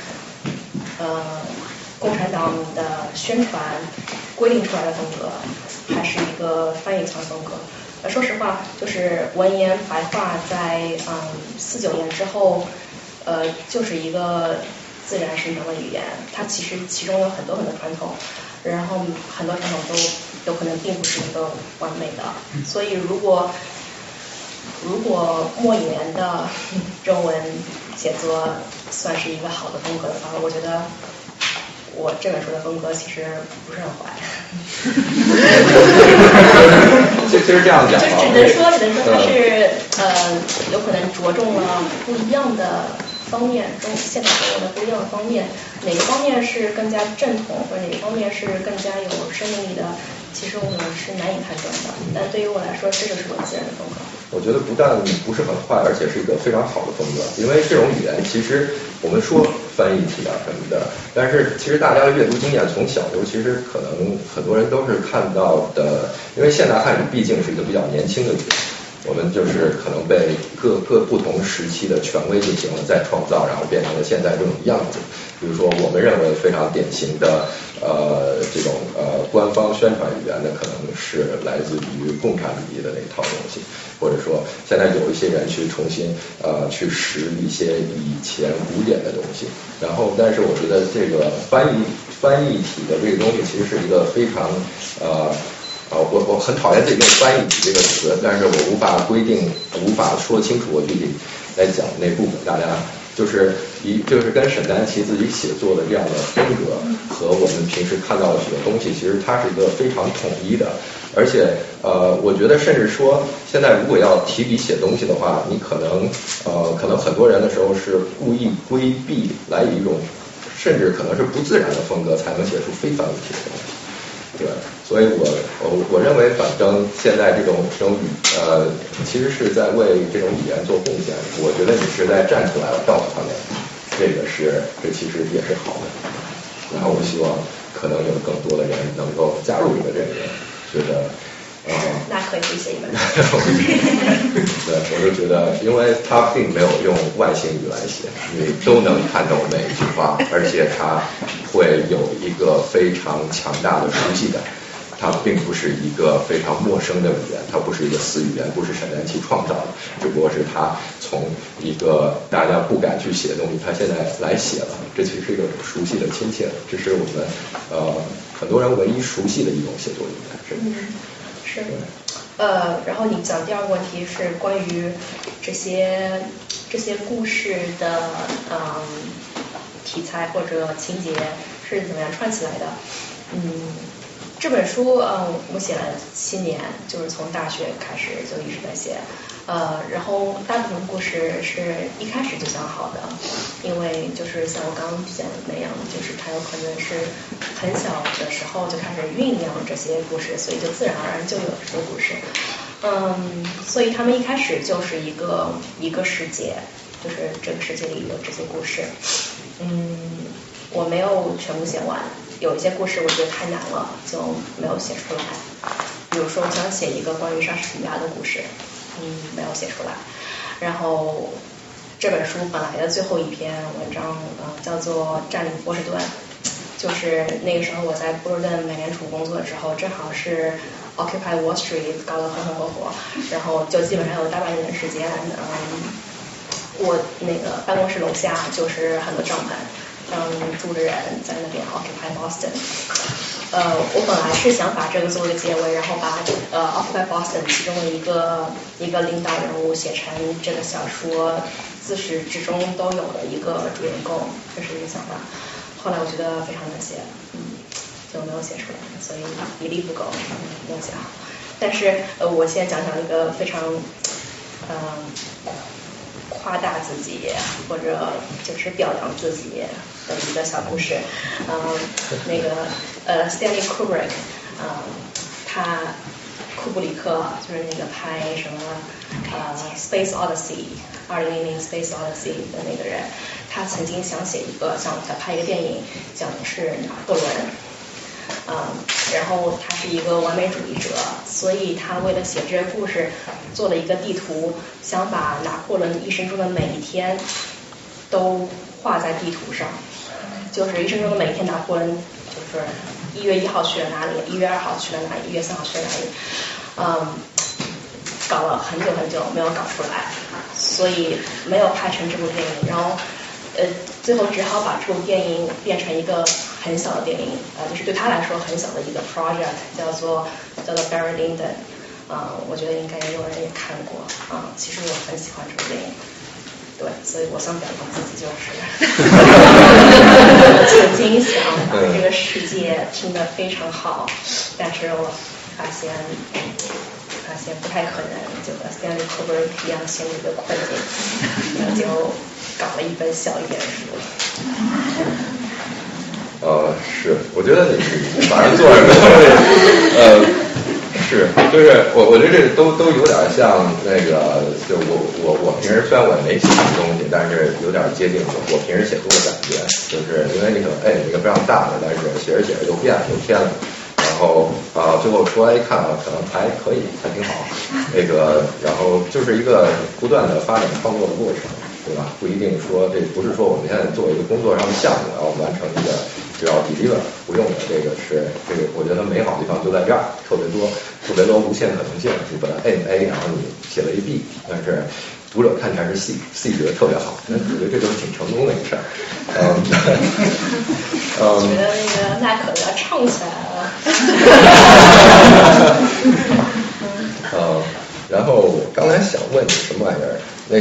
共产党的宣传规定出来的风格？还是一个翻译腔风格？说实话，就是文言白话在49年之后，就是一个自然生成的语言，它其实其中有很多传统，然后很多传统都有可能并不是一个完美的，所以如果莫言的中文写作算是一个好的风格的话，我觉得我这本书的风格其实不是很坏。 其实这样讲， 就只能说它是有可能着重了不一样的方面，现代中文的不一样的方面，哪个方面是更加正统，或者哪个方面是更加有生命力的，其实我们是难以判断的。但对于我来说，这就是我自然的风格。 我觉得不但不是很坏，而且是一个非常好的风格。因为这种语言，其实我们说翻译体啊什么的，但是其实大家的阅读经验从小，尤其是可能很多人都是看到的，因为现代汉语毕竟是一个比较年轻的语言。我们就是可能被各不同时期的权威进行了再创造，然后变成了现在这种样子。比如说我们认为非常典型的这种官方宣传语言呢，可能是来自于共产主义的那套东西，或者说现在有一些人去重新去拾一些以前古典的东西。然后但是我觉得这个翻译体的这个东西其实是一个非常我很讨厌自己用翻译体这个词，但是我无法说清楚我具体来讲那部分。大家就是跟沈丹奇自己写作的这样的风格和我们平时看到的许多东西，其实它是一个非常统一的。而且我觉得甚至说现在如果要提笔写东西的话，你可能很多人的时候是故意规避来以一种甚至可能是不自然的风格，才能写出非翻译体的东西。对，所以我认为，反正现在这种其实是在为这种语言做贡献。我觉得你是在站出来了，告诉他们，这其实也是好的。然后我希望可能有更多的人能够加入这个阵营，觉得那可以写一本。 对，我就觉得，因为他并没有用外星语来写，你都能看懂每一句话，而且他会有一个非常强大的熟悉感。它并不是一个非常陌生的语言，它不是一个死语言，不是沈丹奇创造的，只不过是他从一个大家不敢去写的东西，他现在来写了。这其实是一个熟悉的、亲切的，这是我们很多人唯一熟悉的一种写作语言。 是。然后你讲第二个问题是关于这些故事的题材或者情节是怎么样串起来的。 这本书我写了7年，就是从大学开始就一直在写。然后大部分故事是一开始就想好的，因为就是像我刚刚讲的那样，就是它有可能是很小的时候就开始酝酿这些故事，所以就自然而然就有这些故事。所以他们一开始就是一个世界，就是这个世界里有这些故事。我没有全部写完，有一些故事我觉得太难了，就没有写出来。比如说我想写一个关于莎士比亚的故事，没有写出来。然后这本书本来的最后一篇文章叫做《占领波士顿》，就是那个时候我在波士顿美联储工作之后，正好是 Occupy Wall Street 搞得红红火火，然后就基本上有大半年的时间，我那个办公室楼下就是很多帐篷，住着人在那边 Occupy Boston。我本来是想把这个作为结尾，然后把Occupy Boston 其中的一个领导人物写成这个小说自始至终都有的一个主人公，这是一个想法。后来我觉得非常难写，就没有写出来，所以比例不够，没有写好。但是我现在讲一个非常夸大自己或者就是表扬自己的一个小故事。那个Stanley Kubrick，他库布里克就是那个拍什么Space Odyssey 2000 Space Odyssey 的那个人，他曾经想拍一个电影，讲的是拿破仑。然后他是一个完美主义者，所以他为了写这个故事做了一个地图，想把拿破仑一生中的每一天都画在地图上，就是一生中的每一天拿破仑就是1月1号去了哪里，1月2号去了哪里，1月3号去了哪里，搞了很久很久没有搞出来，所以没有拍成这部电影。然后最后只好把这部电影变成一个很小的电影，就是对他来说很小的一个 project， 叫做 Barry Lyndon。我觉得应该也有人也看过。其实我很喜欢这部电影，对，所以我想表扬自己就是曾经想把这个世界拼得非常好，但是我发现不太可能，就和 Stanley Kubrick 一样陷入一个困境，就搞了一本小一点的书。 是，我觉得你马上做什么是，就是我觉得这都有点像那个，就我平时虽然我也没写什么东西，但是有点接近我平时写作的感觉，就是因为你可能一个非常大的，但是写着写着就偏了。然后最后出来一看可能还可以，还挺好。然后就是一个不断的发展创作的过程，对吧？不一定说这不是说我们现在做一个工作上的项目，然后完成一个只要deliver不用的，这个我觉得美好的地方就在这儿，特别多无限可能性。你本来 A， 然后你写了一 B， 但是读者看起来是 C 觉得特别好，我觉得这就是挺成功的一事儿。 觉得那个耐克要唱起来了。 然后我刚才想问你什么玩意儿？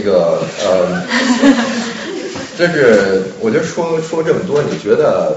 就是我觉得说这么多，你觉得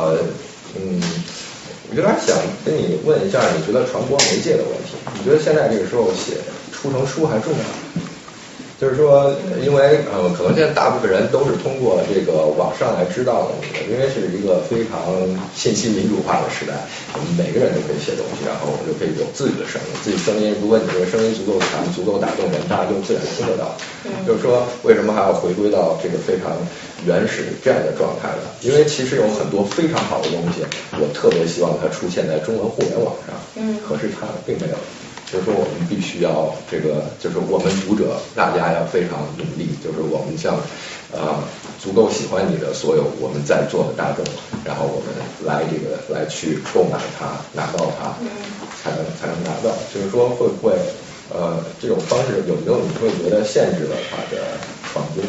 我有点想跟你问一下，你觉得传播媒介的问题？你觉得现在这个时候出成书还重要？就是说，因为可能现在大部分人都是通过这个网上来知道的你的，因为是一个非常信息民主化的时代，我们每个人都可以写东西，然后我们就可以有自己的声音，如果你这个声音足够强、足够打动人，大家就自然听得到。就是说，为什么还要回归到这个非常原始这样的状态呢？因为其实有很多非常好的东西，我特别希望它出现在中文互联网上，可是它并没有。就是说我们必须要就是我们读者大家要非常努力，就是我们像足够喜欢你的所有我们在座的大众，然后我们来去购买它，拿到它，才能拿到。就是说会不会这种方式有没有你会觉得限制了它的传播？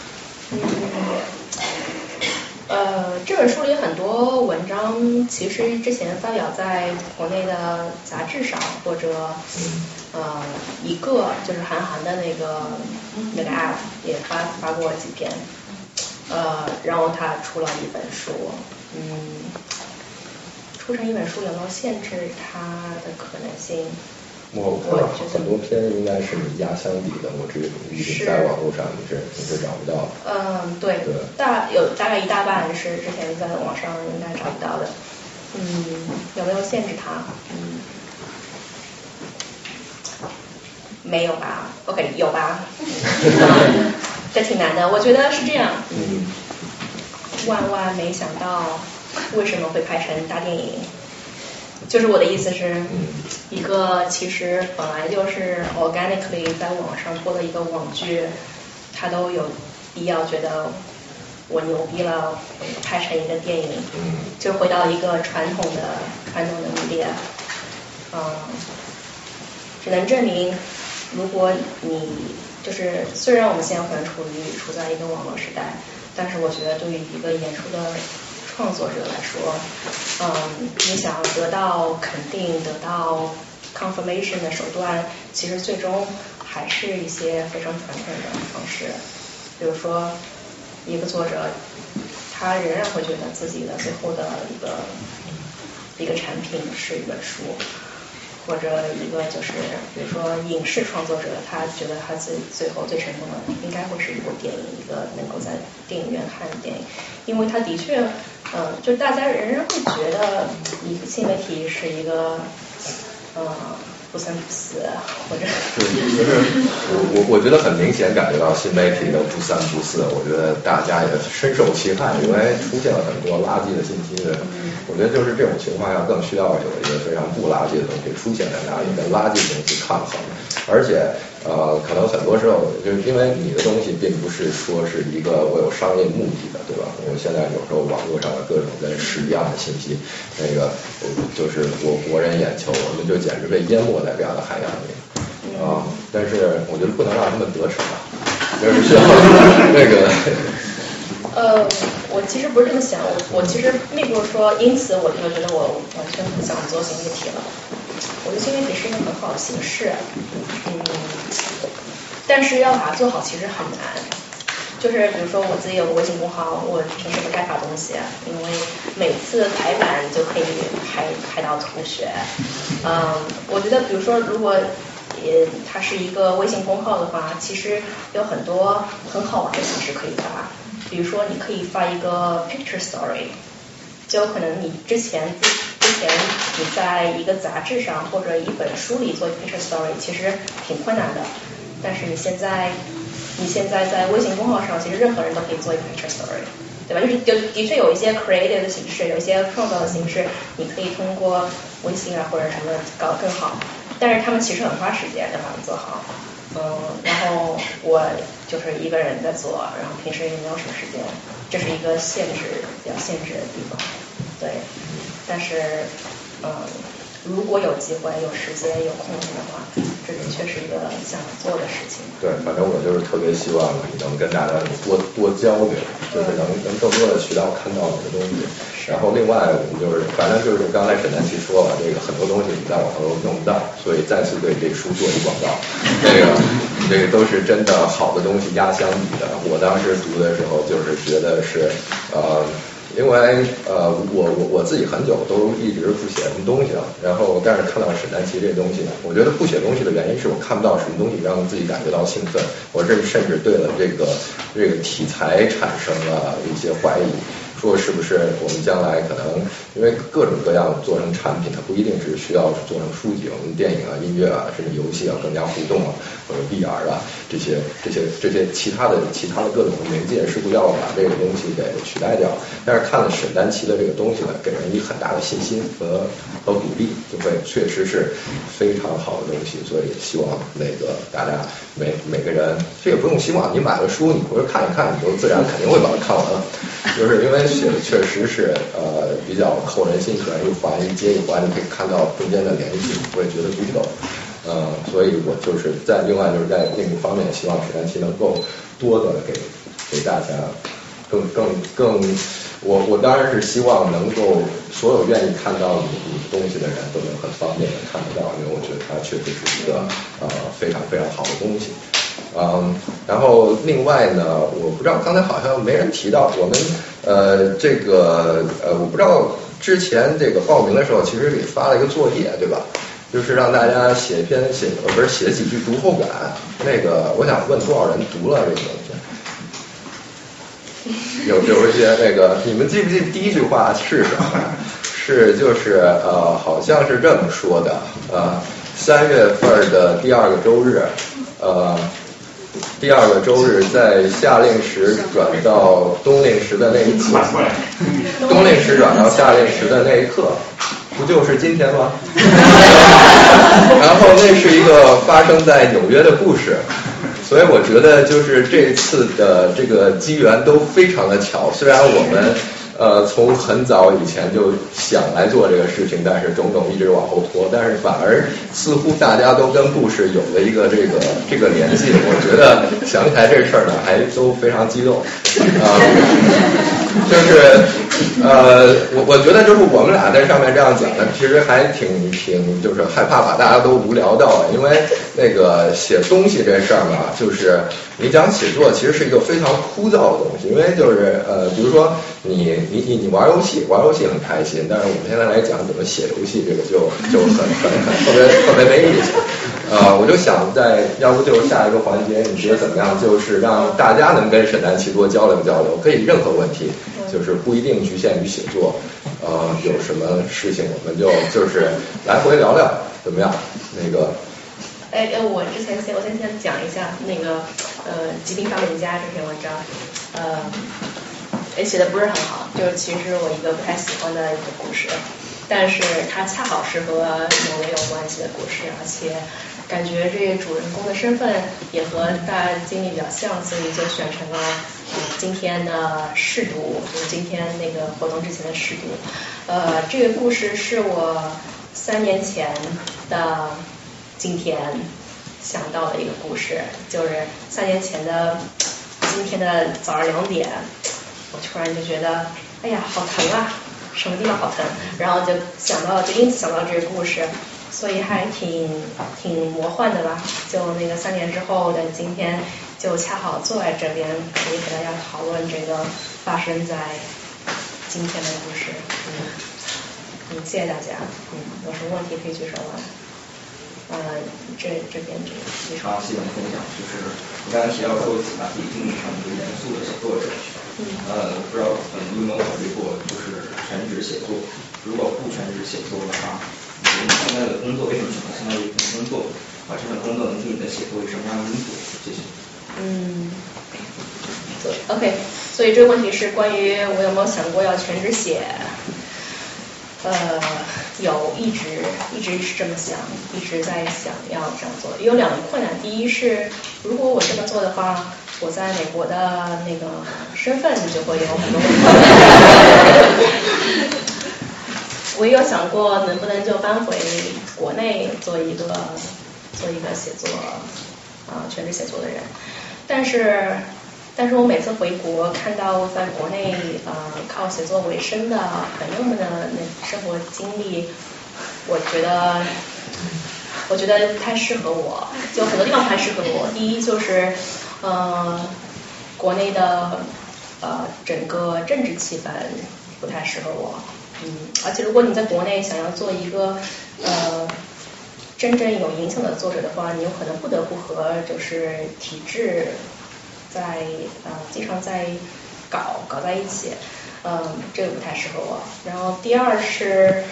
这本书里很多文章其实之前发表在国内的杂志上，或者一个就是韩寒的那个 app 也发过几篇，然后他出了一本书， 出成一本书有没有限制它的可能性？ 我看到很多篇应该是你压箱底的，我只在网络上你是找不到的。 对，大概一大半是之前在网上应该找不到的。有没有限制它？没有吧 ？OK， 有吧？这挺难的，我觉得是这样。万万没想到，为什么会拍成大电影？就是我的意思是，一个其实本来就是 organically 在网上播的一个网剧，它都有必要觉得我牛逼了，拍成一个电影，就回到一个传统的迷恋，只能证明，如果你就是虽然我们现在可能处在一个网络时代，但是我觉得对于一个演出的创作者来说，你想得到肯定、得到 confirmation 的手段，其实最终还是一些非常传统的方式。比如说，一个作者，他仍然会觉得自己的最后的一个产品是一本书，或者一个就是比如说影视创作者，他觉得他最后最成功的应该会是一部电影，一个能够在电影院看的电影，因为他的确，就大家仍然会觉得一个新媒体是一个，不三不四，或者就是我觉得很明显感觉到新媒体的不三不四，我觉得大家也深受其害，因为出现了很多垃圾的信息。我觉得就是这种情况下更需要有一个非常不垃圾的东西出现在那里，跟垃圾的东西抗衡。而且可能很多时候就是因为你的东西并不是说是一个我有商业目的的，对吧？因为现在有时候网络上的各种跟屎一样的信息，就是博人眼球，我们就简直被淹没在这样的海洋里但是我觉得不能让他们得逞啊，就是需要那个。 我其实不是这么想，我其实并不是说因此我就觉得我完全不想做新媒体了。我觉得新媒体是一个很好的形式，但是要把它做好其实很难。就是比如说我自己有个微信公号，我平时不太发东西，因为每次排版就可以排到吐血。我觉得比如说如果它是一个微信公号的话，其实有很多很好玩的形式可以发。比如说你可以发一个 picture story， 就可能你之前你在一个杂志上或者一本书里做 picture story 其实挺困难的，但是你现在在微信公号上，其实任何人都可以做一个 picture story， 对吧？就是的确有一些 creative 的形式，有一些创造的形式，你可以通过微信啊或者什么搞得更好，但是他们其实很花时间要把它做好。然后我就是一个人在做，然后平时也没有什么时间，这是一个比较限制的地方。对，但是如果有机会、有时间、有空间的话，这的确是一个想做的事情。 对，反正我就是特别希望你能跟大家多交流，就是能更多的渠道看到你的东西。然后另外我们就是反正就是刚才沈南希说了，这个很多东西你在网上都弄不到，所以再次对这书做一广告。这个都是真的好的东西压箱底的。我当时读的时候就是觉得是因为我自己很久都一直不写什么东西了，然后但是看到沈南希这东西呢，我觉得不写东西的原因是我看不到什么东西让自己感觉到兴奋，我甚至对了这个题材产生了一些怀疑。说是不是我们将来可能因为各种各样做成产品，它不一定只需要做成书籍，我们电影啊、音乐啊，甚至游戏啊更加互动啊，或者 VR 啊这些其他的各种媒介，是不是要把这个东西给取代掉？但是看了沈丹奇的这个东西呢，给人以很大的信心和鼓励，就会确实是非常好的东西。所以希望大家每个人，这也不用希望，你买了书你回头看一看，你就自然肯定会把它看完了，就是因为写的确实是比较扣人心弦，一环一接一环，你可以看到中间的联系，不会觉得不够。所以我就是另外就是在另一方面，希望沈丹奇能够多的给大家更，我当然是希望能够所有愿意看到你东西的人都能很方便的看得到，因为我觉得它确实是一个非常非常好的东西。然后另外呢，我不知道刚才好像没人提到我们我不知道之前这个报名的时候，其实给发了一个作业，对吧？就是让大家写几句读后感。那个，我想问多少人读了这个东西？有一些那个，你们记不记得第一句话是什么？好像是这么说的，3月份的第2个周日，第2个周日在夏令时转到冬令时的那一刻，冬令时转到夏令时的那一刻，不就是今天吗？然后那是一个发生在纽约的故事，所以我觉得就是这次的这个机缘都非常的巧，虽然我们从很早以前就想来做这个事情，但是种种一直往后拖，但是反而似乎大家都跟故事有了一个这个联系。我觉得想起来这事儿呢，还都非常激动我觉得就是我们俩在上面这样讲的，其实还挺就是害怕把大家都无聊到了，因为那个写东西这事儿嘛，就是你讲写作其实是一个非常枯燥的东西，因为就是比如说你玩游戏很开心，但是我们现在来讲怎么写游戏，这个就很特别没意思。我就想要不就是下一个环节，你觉得怎么样？就是让大家能跟沈南奇多交流交流，可以任何问题，就是不一定局限于写作。有什么事情我们就是来回聊聊，怎么样？那个。 我先讲一下那个疾病发明家这篇文章，写的不是很好，就是其实我一个不太喜欢的一个故事，但是它恰好是和纽约有关系的故事，而且感觉这个主人公的身份也和大家经历比较像，所以就选成了今天的试读，就是今天那个活动之前的试读。这个故事是我3年前的今天想到的一个故事，就是3年前的今天的早上2点，我突然就觉得，哎呀，好疼啊，什么地方好疼，然后就因此想到这个故事，所以还挺魔幻的吧。就那个3年之后的今天，就恰好坐在这边，可以和大家讨论这个发生在今天的故事。谢谢大家。有什么问题可以举手问。这边非常谢谢分享，就是你刚才提到说把自己定义成一个严肃的写作者，不知道你有没有考虑过，就是全职写作？如果不全职写作的话，你现在的工作为什么选择相当于一份工作？这份工作能给你的写作有什么样的因素？谢谢。 OK， 所以这个问题是关于我有没有想过要全职写。一直是这么想，一直在想要这样做。有2个困难，第一是如果我这么做的话，我在美国的那个身份就会有很多问题。我也有想过能不能就搬回国内做一个写作全职写作的人，但是我每次回国看到在国内靠写作为生的朋友们的那生活经历，我觉得不太适合我，就很多地方不太适合我。第一就是国内的整个政治气氛不太适合我，而且如果你在国内想要做一个真正有影响的作者的话，你有可能不得不和就是体制经常在搞在一起，这个不太适合我。然后第二是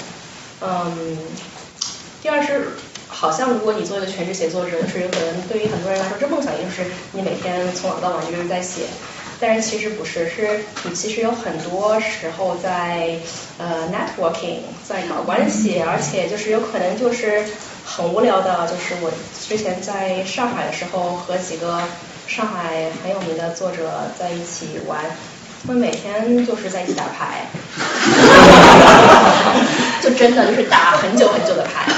好像如果你做一个全职写作者，就是有可能对于很多人来说，这梦想也就是你每天从早到晚就是在写，但是其实不是，是你其实有很多时候在networking， 在搞关系，而且就是有可能就是很无聊的，就是我之前在上海的时候和几个上海很有名的作者在一起玩，他们每天就是在一起打牌，就真的就是打很久很久的牌，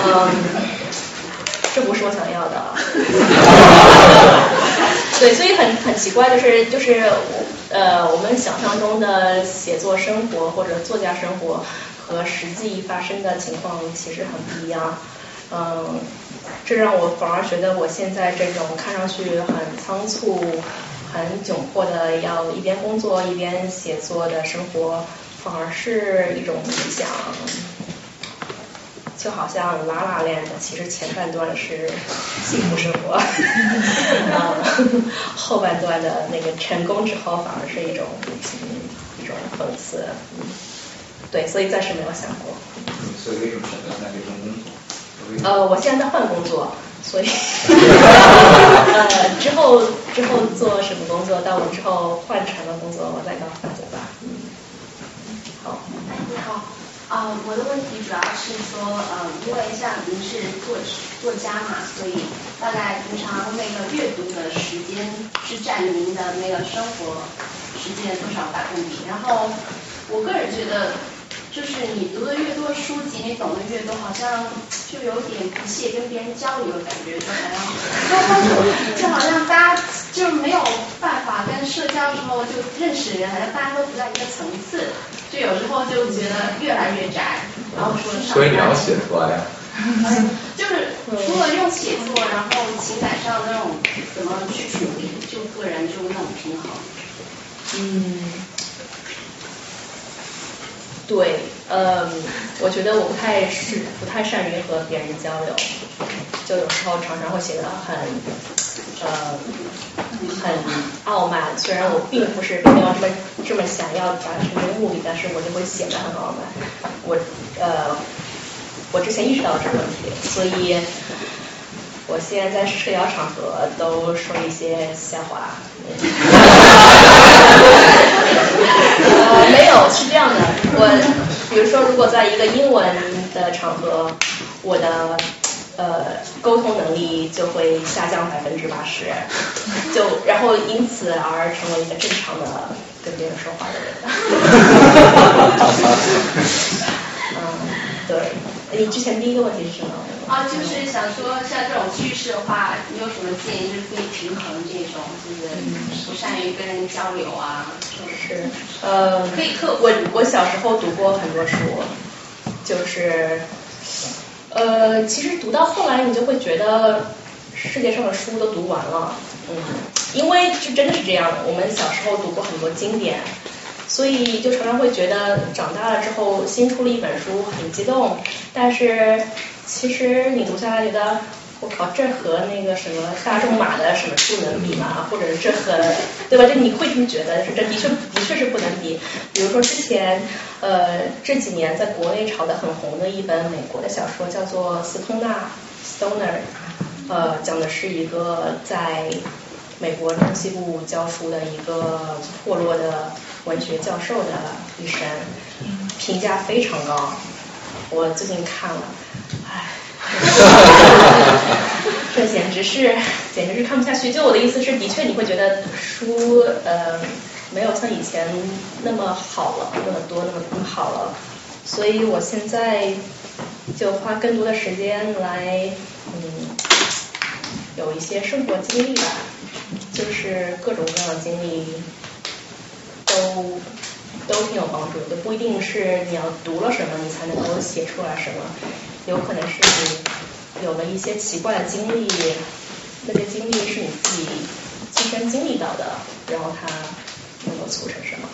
这不是我想要的。对，所以很奇怪，就是我们想象中的写作生活或者作家生活和实际发生的情况其实很不一样。这让我反而觉得我现在这种看上去很仓促、很窘迫的要一边工作一边写作的生活， 反而是一种理想。就好像拉拉链的，其实前半段是幸福生活，后半段的那个成功之后，反而是一种讽刺。对，所以暂时没有想过。 所以为什么选择在这份工作？ 我现在在换工作，所以之后做什么工作，到我之后换成了工作，我再告诉大家吧。好。 你好。我的问题主要是说，因为像您是作家嘛，所以大概平常那个阅读的时间是占您的那个生活时间多少百分比？然后我个人觉得，就是你读的越多书籍，你懂得越多，好像就有点不屑跟别人交流的感觉，就好像大家就没有办法跟社交时候就认识人，好像大家都不在一个层次。就有时候就觉得越来越窄，然后除了上， 所以你要写出来呀。 就是除了用写作，然后情感上那种怎么去处理，就个人就那种平衡。 对，我觉得我不太善于和别人交流，就有时候常常会写得很傲慢，虽然我并不是没有这么想要达成这个目的，但是我就会显得很傲慢。我之前意识到了这个问题，所以我现在在社交场合都说一些笑话。没有，是这样的，比如说如果在一个英文的场合，我的沟通能力就会下降80%，然后因此而成为一个正常的跟别人说话的人。对，你之前第一个问题是什么？ 就是想说像这种趋势的话，你有什么建议，就是可以平衡这种，就是不善于跟人交流啊？ 是，可以我小时候读过很多书，就是其实读到后来你就会觉得世界上的书都读完了，因为是真的是这样的，我们小时候读过很多经典，所以就常常会觉得长大了之后新出了一本书很激动，但是其实你读下来觉得我靠，这和那个什么大仲马的什么书能比吗？或者这和对吧？就你会这么觉得，这的确是不能比。比如说之前这几年在国内炒得很红的一本美国的小说，叫做斯通纳 Stoner，讲的是一个在美国中西部教书的一个破落的文学教授的一生，评价非常高。我最近看了，这简直是看不下去。就我的意思是，的确你会觉得书没有像以前那么好了，那么多那么好了，所以我现在就花更多的时间来有一些生活经历吧，就是各种各样的经历都挺有帮助的，不一定是你要读了什么你才能够写出来什么，有可能是你有了一些奇怪的经历，那些经历是你自己亲身经历到的，然后它能够促成什么。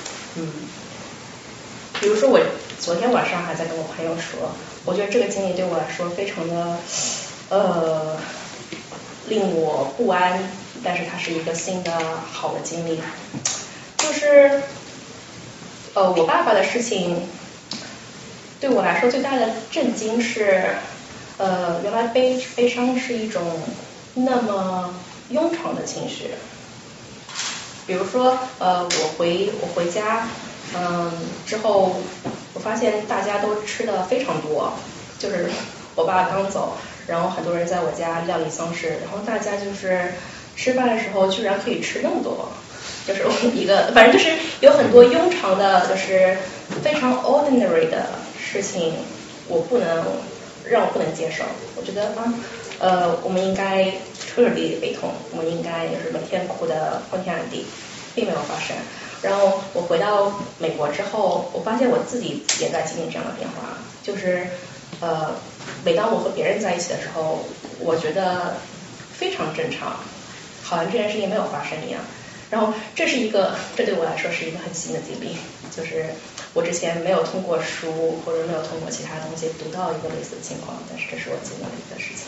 比如说我昨天晚上还在跟我朋友说，我觉得这个经历对我来说非常的令我不安，但是它是一个新的好的经历，就是我爸爸的事情对我来说最大的震惊是原来悲伤是一种那么庸常的情绪。比如说我回家之后，我发现大家都吃的非常多，就是我爸刚走，然后很多人在我家料理丧事，然后大家就是吃饭的时候居然可以吃那么多，就是一个反正就是有很多庸常的，就是非常 ordinary 的事情，我不能接受。我觉得我们应该彻彻底底悲痛，我们应该就是每天哭得昏天暗地，并没有发生。然后我回到美国之后，我发现我自己也在经历这样的变化，就是每当我和别人在一起的时候，我觉得非常正常，好像这件事情没有发生一样。 然后这对我来说是一个很新的经历，就是我之前没有通过书或者没有通过其他东西读到一个类似的情况，但是这是我经历的一个事情。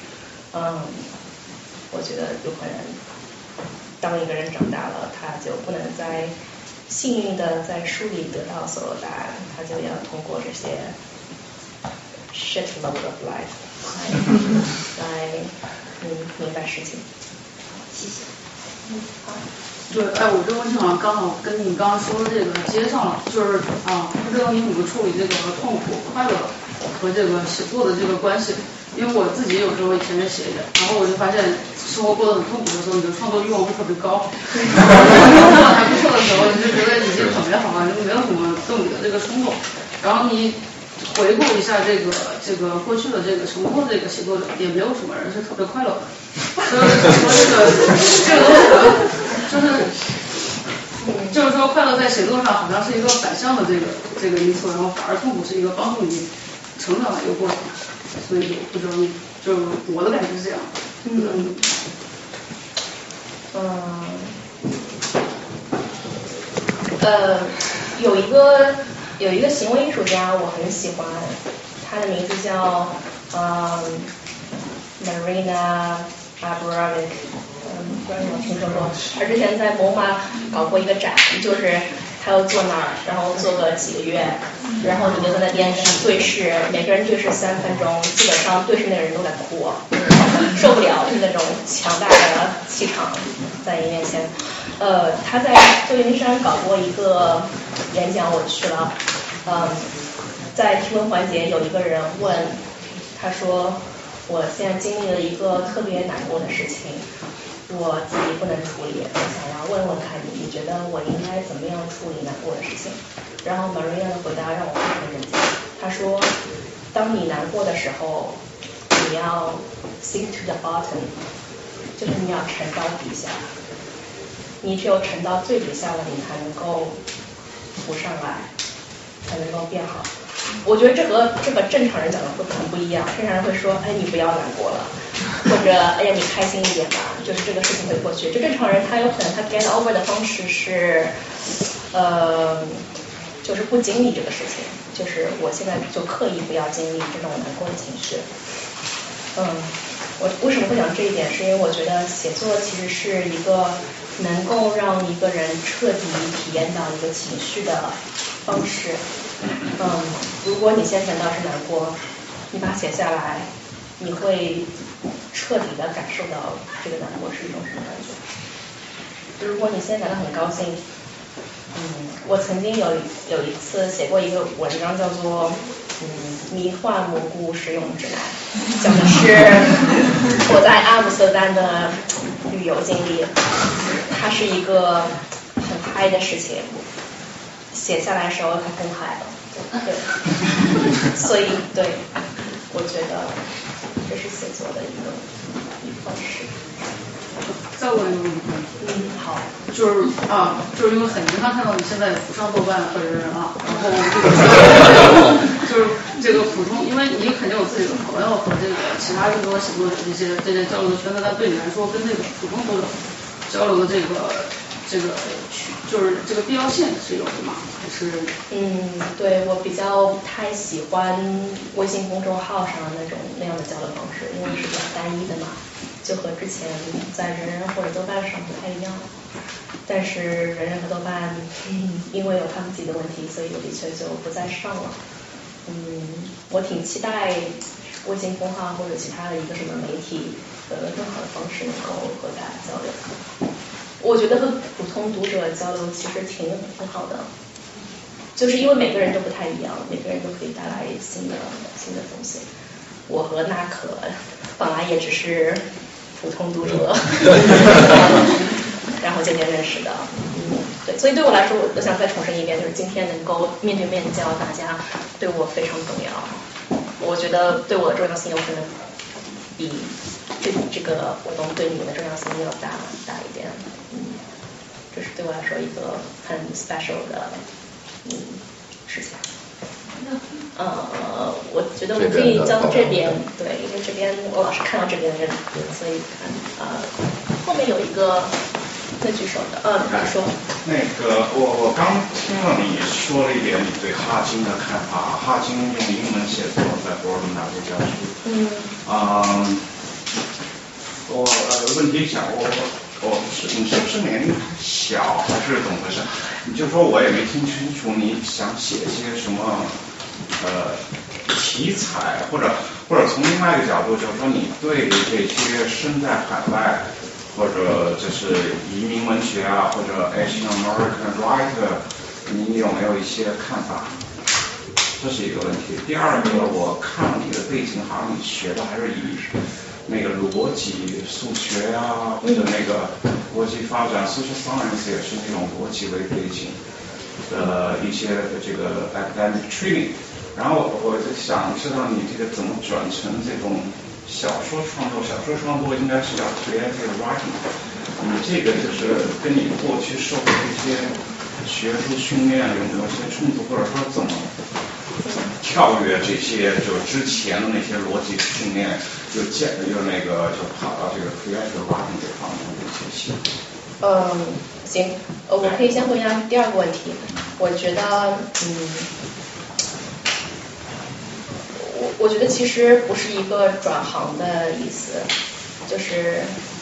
我觉得有可能当一个人长大了，他就不能再幸运的在书里得到所有答案，他就要通过这些 shitload of life 来明白事情。谢谢。好。 对，我这个问题好像刚好跟你刚刚说的这个接上了，就是这个你怎么处理这个痛苦、快乐和这个写作的这个关系？因为我自己有时候以前是写的，然后我就发现生活过得很痛苦的时候，你的创作欲望会特别高。还不错的时候，你就觉得已经很美好了，就没有什么动力的这个冲动。然后你回顾一下这个过去的这个成功的这个写作者，也没有什么人是特别快乐的。所以说这个东西就是说快乐在写作上好像是一个反向的这个因素，然后反而痛苦是一个帮助你成长的一个过程。所以不知道你就我的感觉是这样。 有一个行为艺术家我很喜欢，他的名字叫Marina Abramovic，不知道你有听说过？他之前在MoMA搞过一个展，就是他要坐那儿，然后坐个几个月，然后你就在那边对视，每个人对视3分钟，基本上对视那个人都在哭，受不了那种强大的气场在你面前。他在旧金山搞过一个演讲，我去了。在提问环节有一个人问，他说我现在经历了一个特别难过的事情，我自己不能处理，我想要问问看你觉得我应该怎么样处理难过的事情？然后 Maria 的回答让我非常震惊，他说当你难过的时候，你要 sink to the bottom， 就是你要沉到底下，你只有沉到最底下了，你才能够浮上来，才能够变好。我觉得这和正常人讲的会很不一样，正常人会说，哎，你不要难过了，或者哎呀，你开心一点吧，就是这个事情会过去。这正常人他有可能他 get over 的方式是，就是不经历这个事情，就是我现在就刻意不要经历这种难过的情绪。我为什么会讲这一点？是因为我觉得写作其实是一个能够让一个人彻底体验到一个情绪的方式。如果你先感到是难过，你把它写下来，你会彻底的感受到这个难过是一种什么感觉。如果你现在感到很高兴，我曾经有一次写过一个文章，叫做迷幻蘑菇使用指南，讲的是我在阿姆斯特丹的旅游经历。它是一个很嗨的事情，写下来的时候它更嗨了。对，所以对，我觉得这是写作的一个方式。 再问一个问题， 好， 就是因为很遗憾看到你现在不上豆瓣本人啊，然后就是这个普通，因为你肯定有自己的朋友和这个其他更多的写作者这些交流的圈子，但对你来说跟这个普通读者交流的这个就是这个必要性是有的吗？还是？ 对，我比较不太喜欢微信公众号上那样的交流方式，因为是比较单一的嘛，就和之前在人人或者豆瓣上不太一样。但是人人和豆瓣，因为有他们自己的问题，所以我的确就不再上了。我挺期待微信公号或者其他的一个什么媒体更好的方式能够和大家交流。我觉得和普通读者交流其实挺好的，就是因为每个人都不太一样，每个人都可以带来新的东西。我和娜可本来也只是普通读者，然后渐渐认识的。对，所以对我来说，我想再重申一遍，就是今天能够面对面教大家，对我非常重要。我觉得对我的重要性有可能比这个活动对你们的重要性要大一点。这是对我来说一个很 special 的事情。我觉得我们可以教到这边，对，因为这边我老是看到这边的人，所以看后面有一个那举手的，你说。 那个，我刚听了你说了一点你对哈金的看法。哈金用英文写作在波士顿大学教书。问题想你是不是年龄太小，还是怎么回事？你就说我也没听清楚，你想写些什么题材，或者从另外一个角度，就是说你对这些身在海外，或者就是移民文学啊，或者 Asian American writer， 你有没有一些看法？这是一个问题。第二个，我看了你的背景，好像你学的还是以那个逻辑数学啊，或者那个逻辑发展 social science 也是那种逻辑为背景的一些这个 academic training。然后我就想知道你这个怎么转成这种小说创作？小说创作应该是要 creative writing。你这个就是跟你过去受的这些学术训练有没有一些冲突，或者说怎么跳跃这些就之前的那些逻辑训练，就跑到这个 creative writing 这方面的一些系统？ 行，我可以先回答第二个问题。我觉得，我觉得其实不是一个转行的意思，就是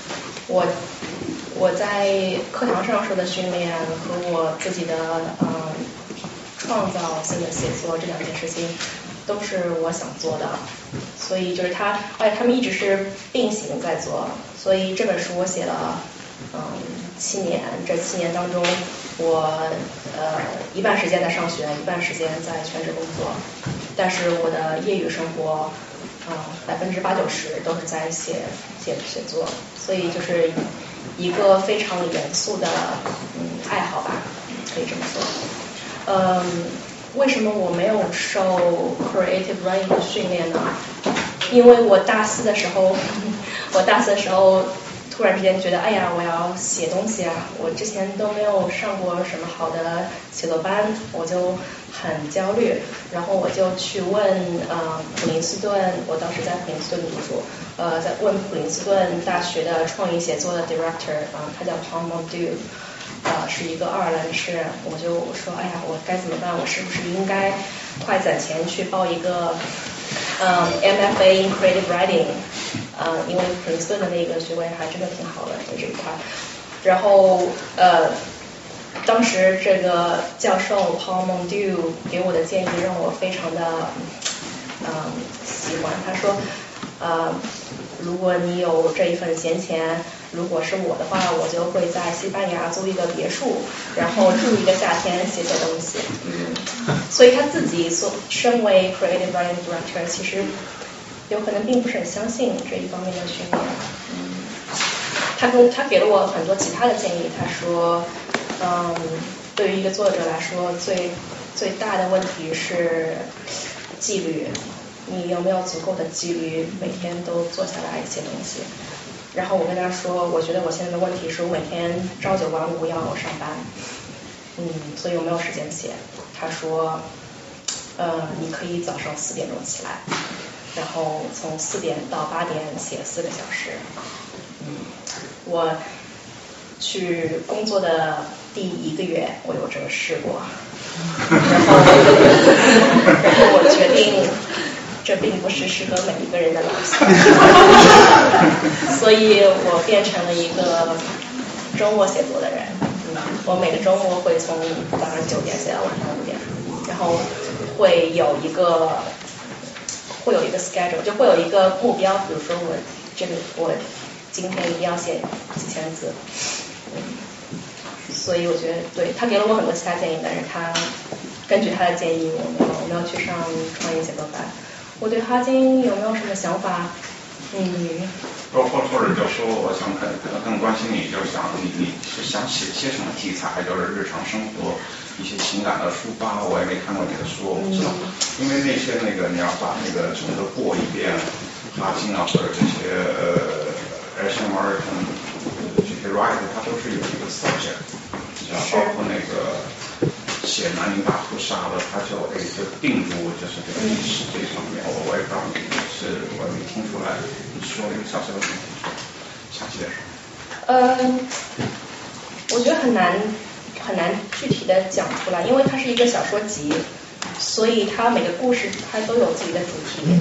我在课堂上受的训练和我自己的创造性的写作这两件事情都是我想做的，所以就是他们一直是并行在做，所以这本书我写了7年，这7年当中我一半时间在上学，一半时间在全职工作，但是我的业余生活80%-90%都是在写作，所以就是一个非常严肃的爱好吧，可以这么说。为什么我没有受 creative writing 的训练呢？因为我大四的时候突然之间觉得，哎呀，我要写东西啊！我之前都没有上过什么好的写作班，我就很焦虑。然后我就去问普林斯顿，我当时在普林斯顿读书，在问普林斯顿大学的创意写作的 director，他叫 Paul Mondew，是一个爱尔兰人。我就说，哎呀，我该怎么办？我是不是应该快攒钱去报一个MFA in Creative Writing？因为普林斯顿的那个学位还真的挺好的，在这一块。然后当时这个教授 Paul Mondew 给我的建议让我非常的喜欢。他说，如果你有这一份闲钱，如果是我的话，我就会在西班牙租一个别墅，然后住一个夏天写东西。所以他自己身为 Creative Writing Director， 其实有可能并不是很相信这一方面的训练。他给了我很多其他的建议。他说，对于一个作者来说，最大的问题是纪律。你有没有足够的纪律，每天都坐下来写东西？然后我跟他说，我觉得我现在的问题是我每天朝9晚5要上班，所以我没有时间写。他说，你可以早上4点钟起来，然后从4点到8点写4个小时。我去工作的第1个月，我有这么试过，然后我决定，这并不是适合每一个人的老师，所以我变成了一个周末写作的人。我每个周末会从早上9点写到晚上5点，然后会有一个 schedule， 就会有一个目标，比如说我今天一定要写几千字。所以我觉得，对，他给了我很多其他建议，但是他根据他的建议，我们要去上创意写作班。我对哈金有没有什么想法？ 或者就说，我想更关心你，就是想你是想写些什么题材，就是日常生活一些情感的抒发。我也没看过你的书，我不知道，因为那些你要把那个整个过一遍哈金啊，或者这些Asian American 这些 writer， 它都是有一个 subject， 包括那个写南宁大屠杀的，他就定住就是这个历史这方面。我也不知道你是，我没听出来你说了一个小小的问题，下期再说。 我觉得很难具体的讲出来，因为它是一个小说集，所以它每个故事它都有自己的主题。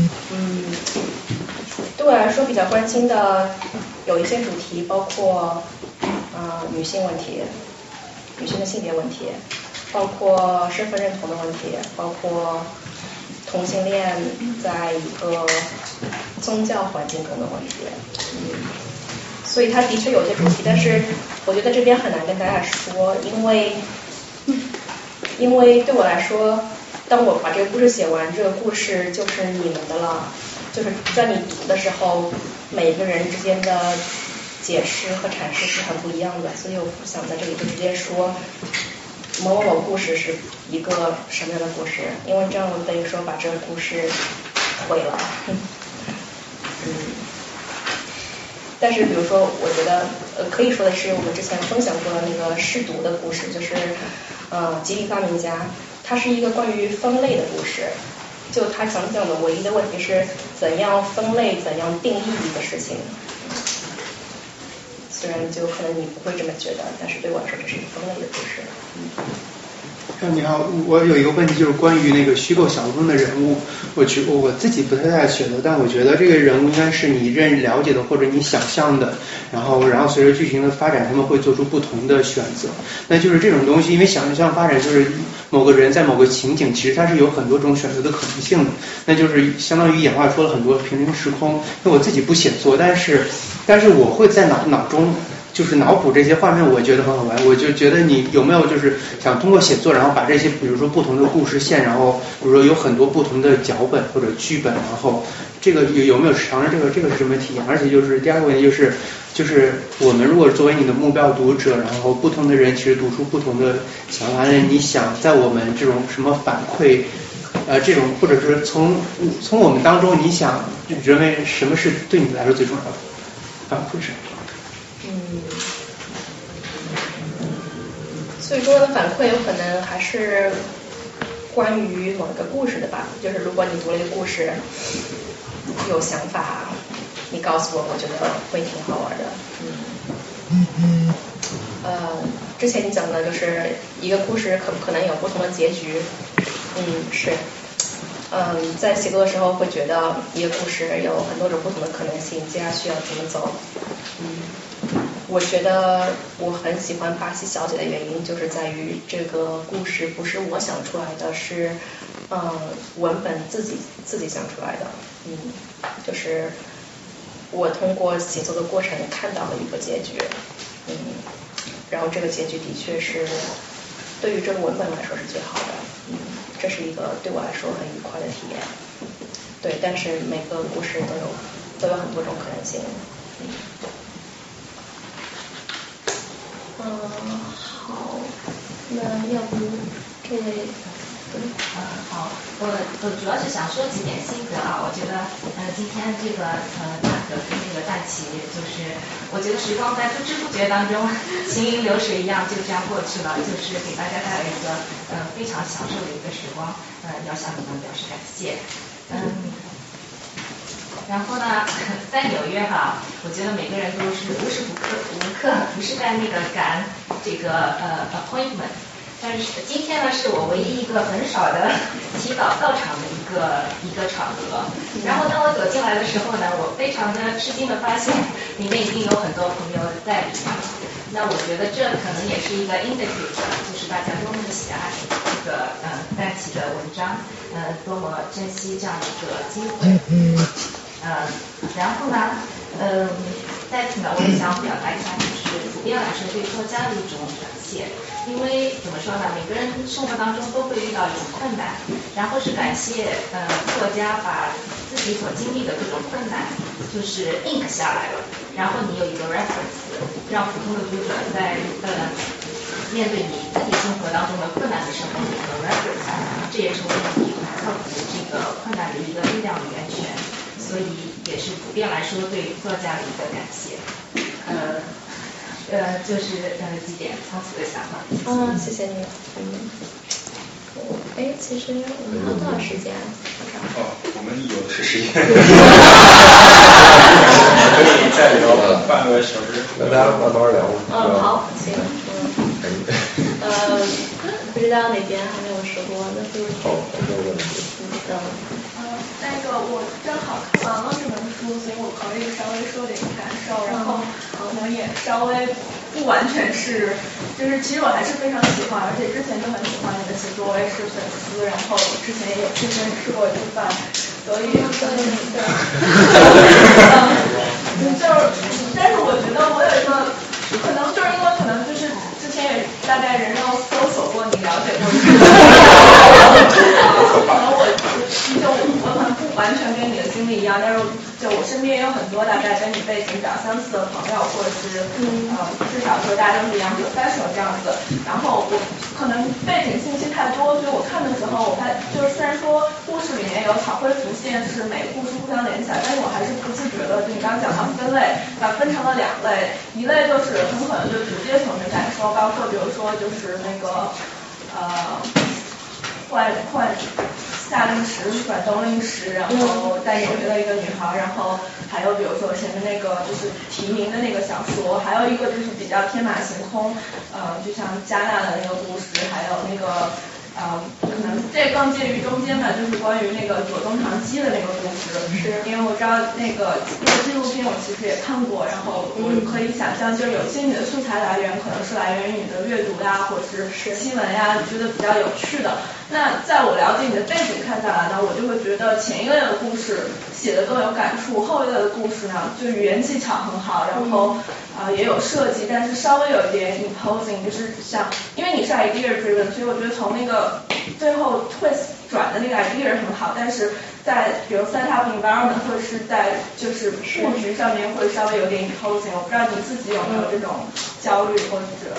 对我来说比较关心的有一些主题，包括女性问题、女性的性别问题，包括身份认同的问题，包括同性恋在一个宗教环境中的问题。所以它的确有些主题，但是我觉得这边很难跟大家说，因为对我来说，当我把这个故事写完，这个故事就是你们的了，就是在你读的时候，每一个人之间的解释和阐释是很不一样的，所以我不想在这里就直接说某故事是一个什么样的故事，因为这样等于说把这个故事毁了。但是比如说我觉得可以说的是我们之前分享过的那个试读的故事，就是吉利发明家，它是一个关于分类的故事，就他想讲的唯一的问题是怎样分类怎样定义一个事情。虽然就可能你不会这么觉得，但是对我来说这是一个分类的故事。 你好，我有一个问题，就是关于那个虚构小说中的人物，我自己不太选择，但我觉得这个人物应该是你了解的或者你想象的，然后随着剧情的发展，他们会做出不同的选择。那就是这种东西，因为想象发展就是某个人在某个情景，其实它是有很多种选择的可能性的，那就是相当于演化出了很多平行时空。因为我自己不写作，但是我会在脑中。就是脑补这些画面，我觉得很好玩。我就觉得你有没有就是想通过写作，然后把这些比如说不同的故事线，然后比如说有很多不同的脚本或者剧本，然后这个有没有尝试这个是什么体验？而且就是第二个问题就是我们如果作为你的目标读者，然后不同的人其实读出不同的想法，你想在我们这种什么反馈这种或者是从我们当中，你想认为什么是对你来说最重要的反馈是？ 最多的反馈有可能还是关于某个故事的吧，就是如果你读了一个故事有想法，你告诉我觉得会挺好玩的。之前你讲的就是一个故事可能有不同的结局。是。在写作的时候会觉得一个故事有很多种不同的可能性，接下去要怎么走。我觉得我很喜欢巴西小姐的原因就是在于这个故事不是我想出来的，是文本自己想出来的。就是我通过写作的过程看到了一个结局。然后这个结局的确是对于这个文本来说是最好的。这是一个对我来说很愉快的体验。对，但是每个故事都有很多种可能性。好，那要不这位， 好，我主要是想说几点心得啊。我觉得今天这个大可跟这个大齐，就是我觉得时光在不知不觉当中行云流水一样就这样过去了，就是给大家带来一个非常享受的一个时光，要向你们表示感谢。然后呢，在纽约哈，我觉得每个人都是无时无刻不是在那个赶这个appointment， 但是今天呢是我唯一一个很少的提早到场的一个场合。然后当我走进来的时候呢，我非常的吃惊的发现里面已经有很多朋友在里面了。那我觉得这可能也是一个 indicator， 就是大家多么的喜爱这个大齐的文章，多么珍惜这样的一个机会。然后呢，在此呢，我也想表达一下，就是普遍来说对作家的一种感谢。因为怎么说呢，每个人生活当中都会遇到一种困难，然后是感谢作家把自己所经历的各种困难就是 ink 下来了，然后你有一个 reference， 让普通的读者在面对你自己生活当中的困难的时候有一个 reference， 这也是我们克服这个困难的一个力量的源泉。所以也是普遍来说对作家的一个感谢。就是几点仓促的想法。 谢谢你。其实我们还有多少时间？ 我们有的是时间。可以再聊半个小时。 那大家慢慢聊。 好，行。 道那边还没有说过，那就是好，没有问题。 那个我正好看完了这本书，所以我可以稍微说点感受，然后可能也稍微不完全是，就是其实我还是非常喜欢，而且之前就很喜欢你的写作，我也是粉丝，然后之前也有去跟你吃过一次饭，所以对，但是我觉得我有一个可能就是因为可能就是之前也大概人肉搜索过你，了解过你，可能我可能不完全跟你的经历一样，但是就我身边也有很多大概跟你背景比较相似的朋友，或者是至少说大家都是一样 professional 这样子。然后我可能背景信息太多，所以我看的时候，我还就是虽然说故事里面有草灰浮现，是每个故事互相连起来，但是我还是不自觉的，就你刚刚讲到分类，把分成了2类，一类就是很可能就直接从这感受，包括比如说就是那个换夏令时转冬令时，然后在纽约的一个女孩，然后还有比如说前面那个就是提名的那个小说，还有一个就是比较天马行空，就像加纳的那个故事，还有那个可能这更介于中间吧，就是关于那个左宗棠鸡的那个故事，是因为我知道那个纪录片我其实也看过，然后我可以想象，就是有些你的素材来源可能是来源于你的阅读呀，或者是新闻呀，觉得比较有趣的。那在我了解你的背景看下来呢，我就会觉得前一类的故事写的更有感触，后一类的故事呢，就语言技巧很好，然后也有设计，但是稍微有一点 imposing， 就是像因为你是 idea driven， 所以我觉得从那个最后 twist 转的那个 idea 很好，但是在比如 set up environment 或者是在就是布局上面会稍微有点 imposing， 我不知道你自己有没有这种焦虑或者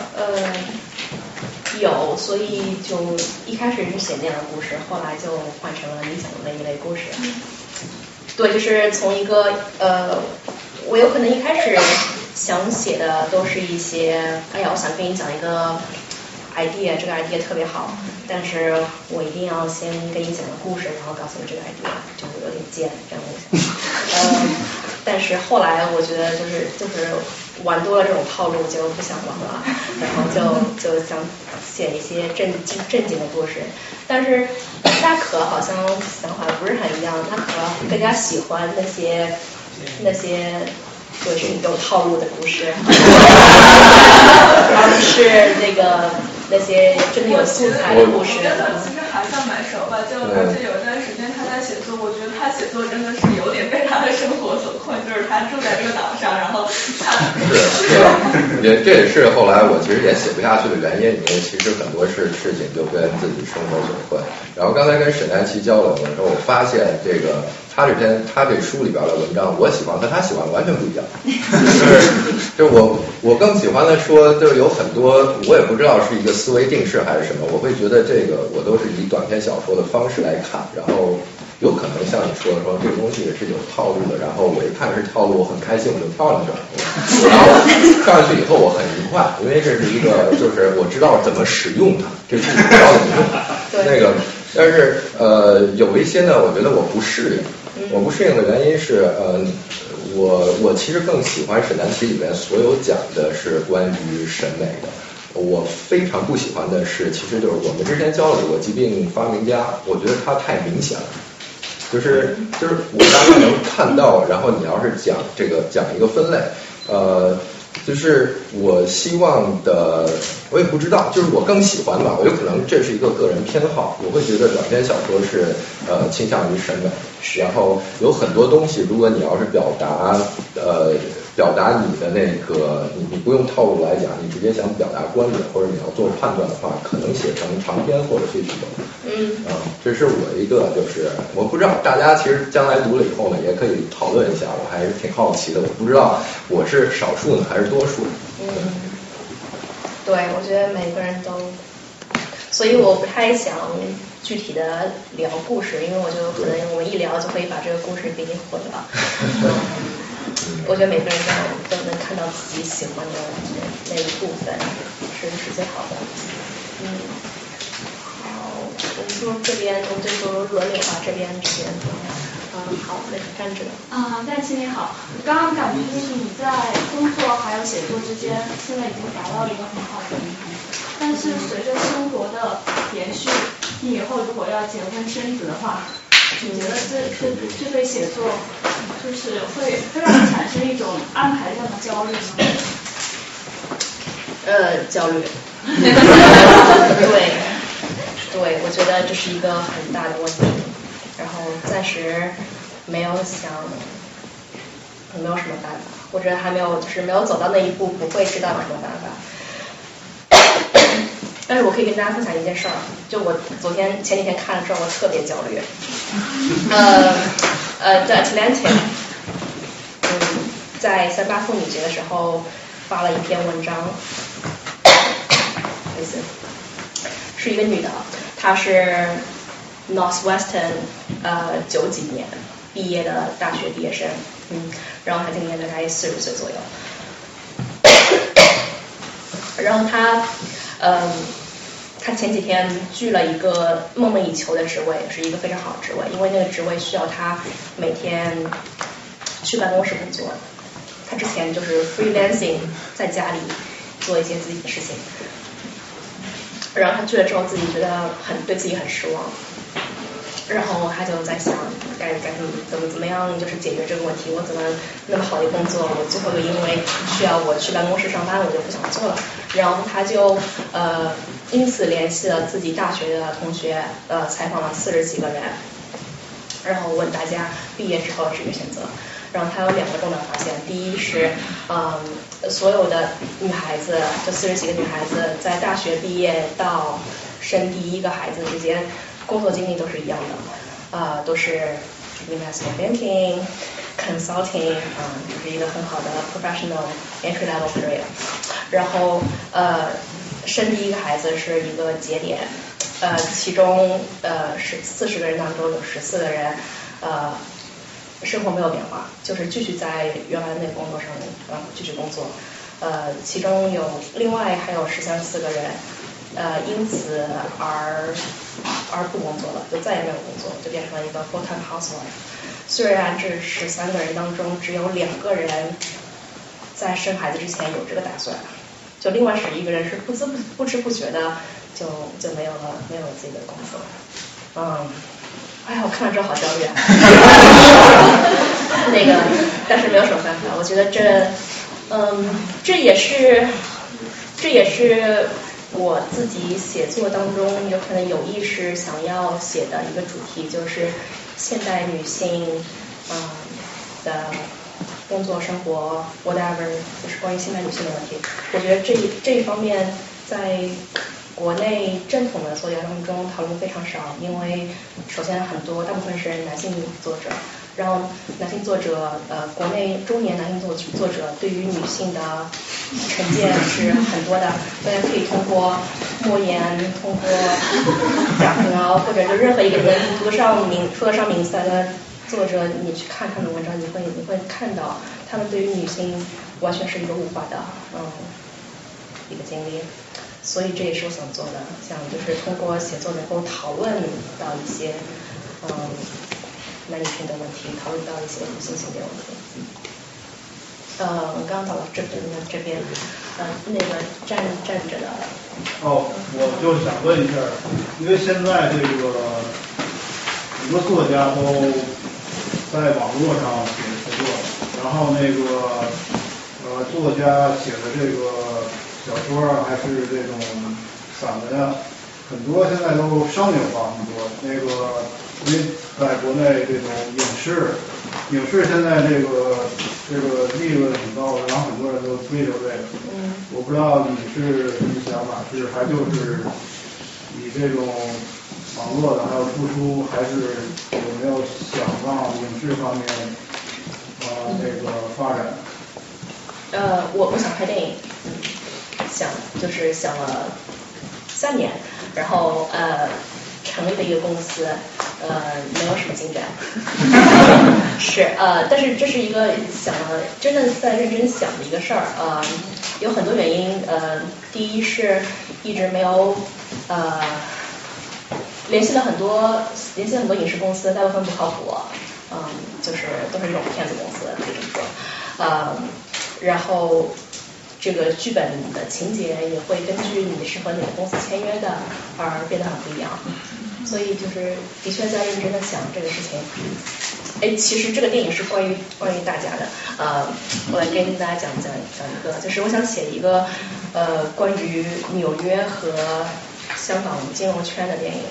有，所以就一开始是写那样的故事，后来就换成了你讲的那一类故事。对，就是从一个我有可能一开始想写的都是一些，哎呀，我想跟你讲一个 idea， 这个 idea 特别好，但是我一定要先跟你讲个故事，然后告诉你这个 idea， 就有点贱这样的。但是后来我觉得就是玩多了这种套路就不想玩了，然后就想写一些正经的故事。但是大可好像想法不是很一样，大可更加喜欢那些就是有套路的故事，而不是那些真的有素材的故事。 我觉得其实还算蛮熟吧，就而且有一段时间他在写作，我觉得他写作真的是有点被他的生活所困，就是他住在这个岛上，然后这也是后来我其实也写不下去的原因，因为其实很多事情就跟自己生活所困。然后刚才跟沈丹琪交流的时候，我发现这个他这书里边的文章，我喜欢和他喜欢的完全不一样。就是我更喜欢的说，就是有很多我也不知道是一个思维定式还是什么，我会觉得这个我都是以短篇小说的方式来看，然后有可能像你说的说这个东西也是有套路的，然后我一看是套路，我很开心，我就跳上去了。然后跳上去以后我很愉快，因为这是一个就是我知道怎么使用它，这是知道怎么用那个。但是有一些呢，我觉得我不适应。我不适应的原因是我其实更喜欢沈丹琪里面所有讲的是关于审美的。我非常不喜欢的是，其实就是我们之前教了有个疾病发明家，我觉得他太明显了。就是我大概能看到，然后你要是讲一个分类，就是我希望的，我也不知道，就是我更喜欢吧，我有可能这是一个个人偏好，我会觉得短篇小说是倾向于审美，然后有很多东西，如果你要是表达你的那个，你不用套路来讲，你直接想表达观点或者你要做判断的话，可能写成长篇或者非虚构。这是我一个，就是我不知道大家其实将来读了以后呢，也可以讨论一下，我还是挺好奇的，我不知道我是少数呢还是多数。 对，我觉得每个人都，所以我不太想具体的聊故事，因为我就可能我一聊就会把这个故事给你混了。我觉得每个人都能看到自己喜欢的那一部分，是最好的。好，我们说这边，我们就说轮流吧，这边。好，那是站着的。 戴琪你好，刚刚感觉就是你在工作还有写作之间，现在已经达到了一个很好的平衡。 但是随着生活的延续，你以后如果要结婚生子的话，你觉得这对写作就是会让你产生一种安排上的焦虑吗？ 焦虑。对，我觉得这是一个很大的问题，然后暂时没有什么办法，或者还没有走到那一步，不会知道有什么办法。但是我可以跟大家分享一件事儿，就我前几天看了之后，我特别焦虑。The Atlantic，在38妇女节的时候发了一篇文章，是一个女的，她是 Northwestern 90几年毕业的大学毕业生，然后她今年大概40岁左右，然后她前几天拒了一个梦寐以求的职位，是一个非常好的职位，因为那个职位需要她每天去办公室工作。她之前就是 freelancing， 在家里做一些自己的事情，然后她拒了之后，自己觉得对自己很失望，然后她就在想该怎么样就是解决这个问题。我怎么那么好的工作，我最后又因为需要我去办公室上班，我就不想做了。然后她就因此联系了自己大学的同学，采访了40几个人，然后问大家毕业之后职业选择。然后她有2个重大发现，第一是所有的女孩子，就40几个女孩子，在大学毕业到生第一个孩子之间，工作经历都是一样的，都是 investment banking consulting， 就是一个很好的 professional entry level career。然后生第一个孩子是一个节点，其中40个人当中有14个人生活没有变化，就是继续在原来的那个工作上继续工作，其中另外还有13-14个人因此而不工作了，就再也没有工作，就变成了一个 full-time housewife。虽然这13个人当中只有2个人在生孩子之前有这个打算，就另外11个人是不知不觉的就没有了自己的工作。哎呀，我看了之后好焦虑啊。但是没有什么办法，我觉得这也是我自己写作当中有可能有意识想要写的一个主题，就是现代女性的工作生活 whatever， 就是关于现代女性的问题。我觉得这一方面在国内正统的作家当中讨论非常少，因为首先大部分是男性作者，然后男性作者国内中年男性作者对于女性的成见是很多的，大家可以通过莫言，通过贾平凹，或者就任何一个人说得上名字的作者，你去看他们的文章，你会看到他们对于女性完全是一个物化的一个经历。所以这也是我想做的，想就是通过写作能够讨论到一些男女平等问题，讨论到一些女性性别问题。我刚刚到了这边，那个站着的。 我就想问一下，因为现在这个很多作家都在网络上写作，然后作家写的这个小说还是这种散文啊，很多现在都商业化很多。因为在国内这种影视现在这个利润很高，然后很多人都追求这个。我不知道你想法是还就是以这种网络的还有出书，还是有没有想往影视方面发展？ 我想拍电影，想了3年，然后成立了一个公司，没有什么进展。但是这是一个真的在认真想的一个事儿。有很多原因。第一是一直没有联系了很多影视公司，大部分不靠谱，就是都是这种骗子公司，可以这么说。然后这个剧本的情节也会根据你是和哪个公司签约的而变得很不一样。所以就是的确在认真的想这个事情。其实这个电影是关于大家的。我来跟大家讲一个，就是我想写一个关于纽约和香港金融圈的电影。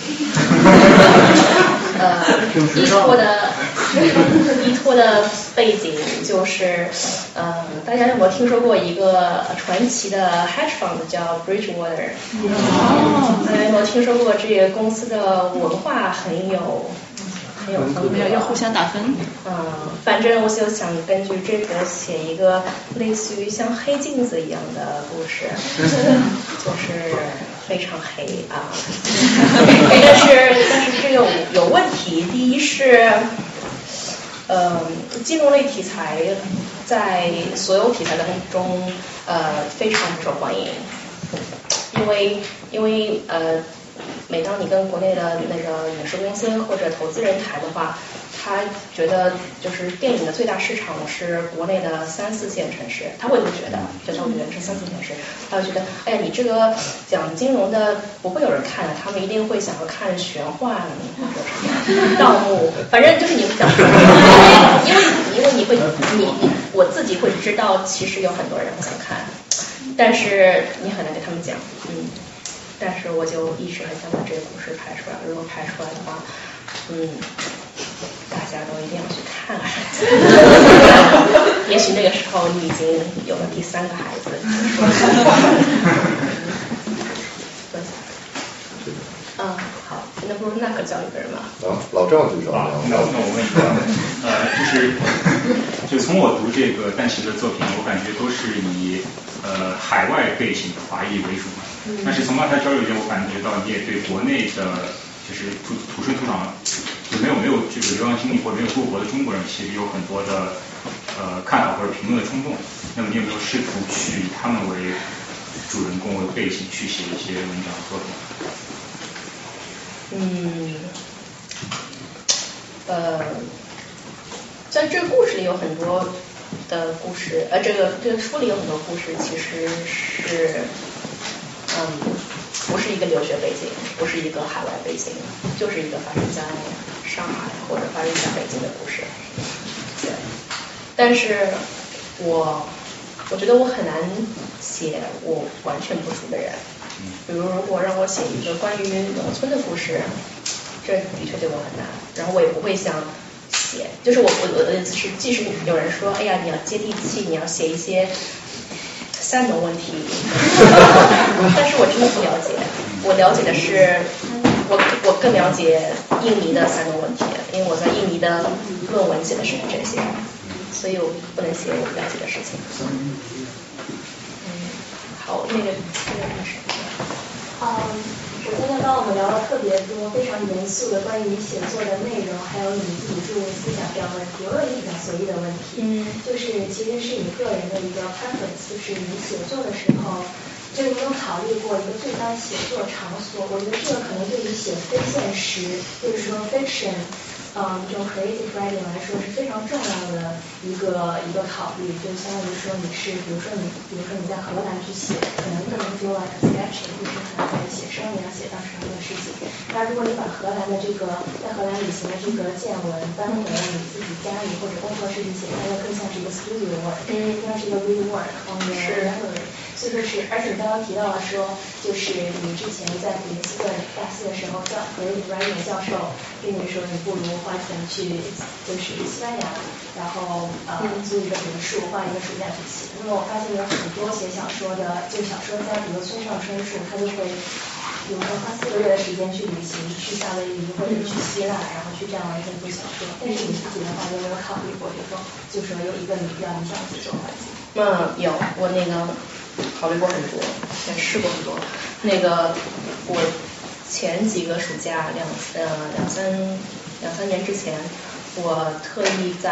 依托的背景就是，大家有没有听说过一个传奇的 hedge fund 叫 Bridgewater？ 大家有没有听说过这个公司的文化很有风格？ 要互相打分。 反正我就想根据这个写一个类似于像黑镜子一样的故事，就是非常黑啊。但是这个有问题。第一是，金融类题材在所有题材当中非常不受欢迎，因为每当你跟国内的那个影视公司或者投资人谈的话，他觉得就是电影的最大市场是国内的3、4线城市，他会不觉得，就他会觉得是3、4线城市，他会觉得，哎呀，你这个讲金融的不会有人看的，他们一定会想要看玄幻或者什么盗墓，反正就是你们讲，因为我自己会知道，其实有很多人不想看，但是你很难跟他们讲，但是我就一直很想把这个故事拍出来，如果拍出来的话，大家都一定要去看。也许那个时候你已经有了第3个孩子。好，那不如那可叫一个人吧。 老赵举手。 那我问一个，就从我读这个但其的作品，我感觉都是以海外背景的华裔为主嘛。但是从刚才交流间，我感觉到你也对国内的，就是土生土长，就没有这个流浪经历或者没有出国的中国人，其实有很多的看法或者评论的冲动。那么你有没有试图去以他们为主人公为背景去写一些文章作品？ 在这个故事里有很多的故事，这个书里有很多故事，其实是不是一个留学背景，不是一个海外背景，就是一个发生在上海或者发生在北京的故事。对，但是我觉得我很难写我完全不熟的人。比如如果让我写一个关于农村的故事，这的确对我很难，然后我也不会想写，就是我的意思是，即使有人说，哎呀，你要接地气，你要写一些3农问题，但是我真的不了解，我了解的是，我更了解印尼的3农问题，因为我在印尼的论文写的是这些，所以我不能写我不了解的事情。好，那个是。 我今天刚我们聊了特别多非常严肃的关于你写作的内容，还有你自己注入思想这样的问题。我有一个比较随意的问题，就是其实是你个人的一个 preference， 就是你写作的时候，就是你有考虑过一个最佳写作场所？我觉得这个可能对于写非现实，就是说 fiction。这种 creative writing 来说是非常重要的一个考虑，就相当于说你是，比如说你在荷兰去写，可能更 feel like a sketching， 就是可能在写生一样写当时发生的事情。那如果你把荷兰的这个在荷兰旅行的这个见闻搬回了你自己家里或者工作室里写，它就更像是一个 studio work， 更像是一个 real work on your memory。所以说是，而且你刚刚提到了说，就是你之前在普林斯顿大四的时候，creative writing 的教授跟你说，你不如花钱去就是西班牙，然后租一个别墅，花一个暑假去写。那么我发现有很多写小说的，就小说家，比如村上春树，他就会比如说花4个月的时间去旅行，去夏威夷或者去希腊，然后去这样完成一部小说。但是你自己的话，有没有考虑过，比如说就是有一个你比较理想的写作环境？ 有，我那个考虑过很多，也试过很多。那个我前几个暑假两三年之前，我特意在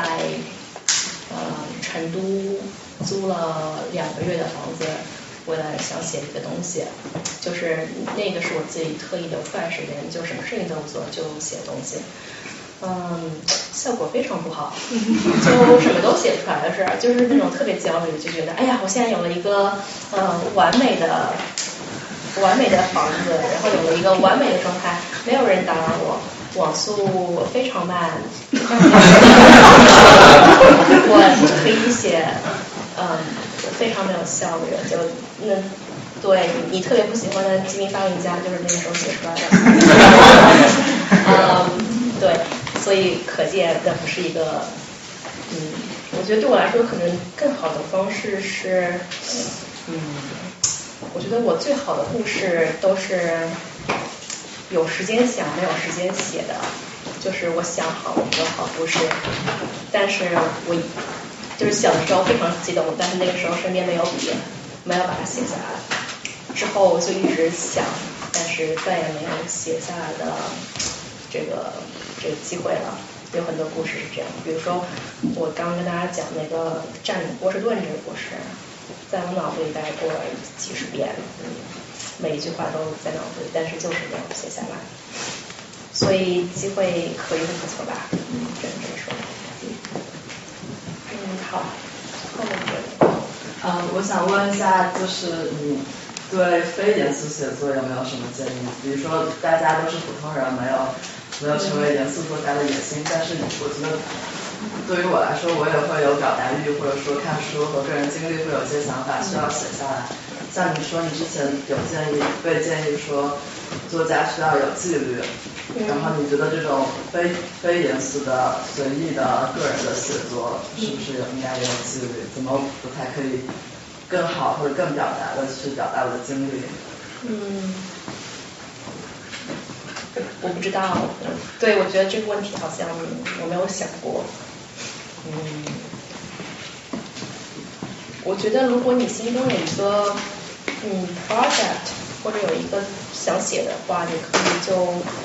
成都租了2个月的房子，为了想写一个东西，就是那个是我自己特意留出来时间，就什么事情都不做，就写东西。 效果非常不好，就什么都写不出来的事儿，就是那种特别焦虑，就觉得哎呀，我现在有了一个完美的房子，然后有了一个完美的状态，没有人打扰我，网速非常慢，我可以写非常没有效率，就那。对你特别不喜欢的机密发明家，就是那个时候写出来的。对，所以可见那不是一个，我觉得对我来说可能更好的方式是，我觉得我最好的故事都是有时间想没有时间写的，就是我想好一个好故事，但是我就是小的时候非常激动，但是那个时候身边没有笔，没有把它写下来。之后就一直想，但是再也没有写下来的这个机会了。有很多故事是这样，比如说我刚跟大家讲那个占领波士顿这个故事，在我脑子里大概过了几十遍，每一句话都在脑子里，但是就是没有写下来。所以机会可遇不可求吧，只能这么说。好，后面我想问一下，就是你对非严肃写作有没有什么建议？比如说大家都是普通人，没有成为严肃作家的野心，但是我觉得对于我来说，我也会有表达欲，或者说看书和个人经历会有一些想法需要写下来。像你说你之前有被建议说作家需要有纪律，然后你觉得这种非严肃的随意的个人的写作是不是应该也有纪律？怎么不太可以更好或者更表达的去表达我的经历？ 我不知道，对，我觉得这个问题好像我没有想过。我觉得如果你心中有一个project 或者有一个想写的话，你可以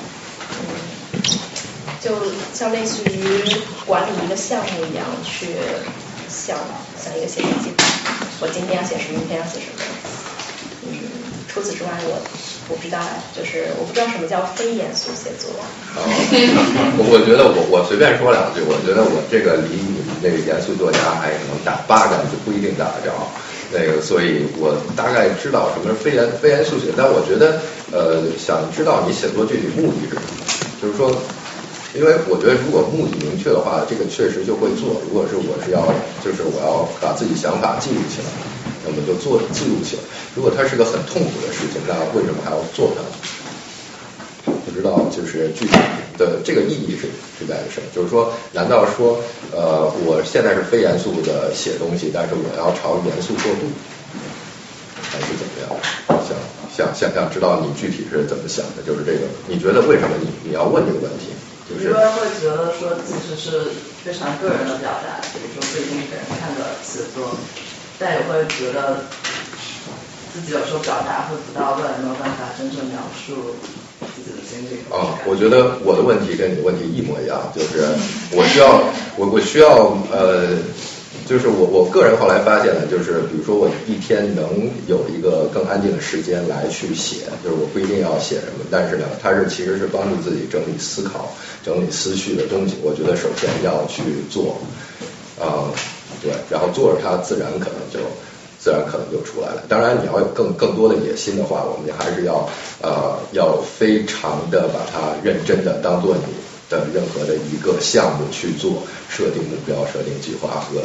就像类似于管理一个项目一样去想一个写作计划。我今天要写什么，明天要写什么。除此之外，我不知道，就是我不知道什么叫非严肃写作。 我觉得我随便说两句，我觉得我这个离你们这个严肃作家还可能打8竿子不一定打得着。所以我大概知道什么是非严肃写，但我觉得想知道你写作具体目的是什么，就是说。因为我觉得，如果目的明确的话，这个确实就会做。如果是我要把自己想法记录起来，那么就记录起来。如果它是个很痛苦的事情，那为什么还要做它？不知道，就是具体的这个意义是在于什么？就是说，难道说我现在是非严肃的写东西，但是我要朝严肃过渡，还是怎么样？想知道你具体是怎么想的？就是这个，你觉得为什么你要问这个问题？ 很多人会觉得说，即使是非常个人的表达，比如说不一定给人看的写作，但也会觉得自己有时候表达会不到位，没有办法真正描述自己的经历。 我觉得我的问题跟你的问题一模一样，就是我需要就是我个人后来发现呢，就是比如说我一天能有一个更安静的时间来去写，就是我不一定要写什么，但是呢，它其实是帮助自己整理思考、整理思绪的东西。我觉得首先要去做，对，然后做着它自然可能就出来了。当然，你要有更多的野心的话，我们还是要非常的把它认真的当做你的任何的一个项目去做，设定目标、设定计划和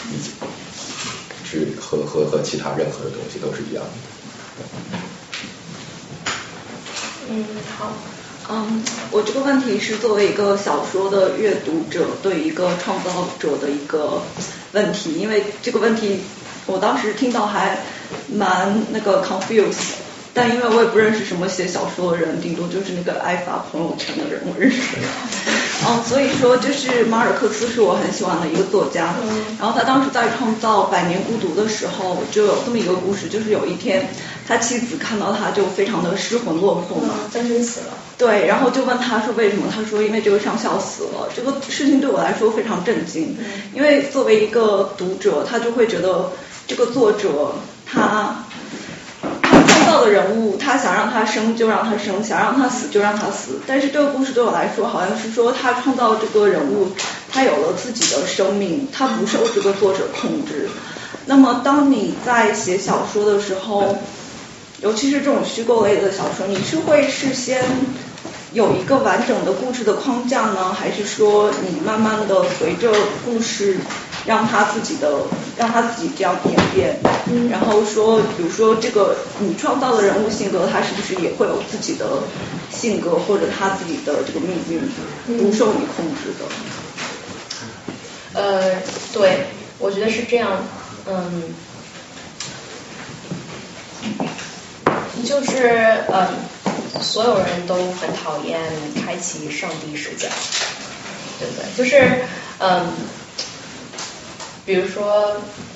其他任何的东西都是一样的。 好。 我这个问题是作为一个小说的阅读者对一个创造者的一个问题，因为这个问题我当时听到还蛮confused。但因为我也不认识什么写小说的人，顶多就是那个爱发朋友圈的人我认识。所以说就是马尔克斯是我很喜欢的一个作家，然后他当时在创造《百年孤独》的时候就有这么一个故事，就是有一天他妻子看到他就非常的失魂落魄嘛， 单身死了。 对，然后就问他说为什么，他说因为这个上校死了。这个事情对我来说非常震惊，因为作为一个读者，他就会觉得这个作者他创造造的人物，他想让他生就让他生，想让他死就让他死。但是这个故事对我来说，好像是说他创造这个人物，他有了自己的生命，他不受这个作者控制。那么当你在写小说的时候，尤其是这种虚构类的小说，你是会事先有一个完整的故事的框架呢，还是说你慢慢的随着故事让他自己这样演变，然后说比如说这个你创造的人物性格，他是不是也会有自己的性格或者他自己的这个命运不受你控制的？对，我觉得是这样，就是所有人都很讨厌开启上帝视角，对不对？就是比如说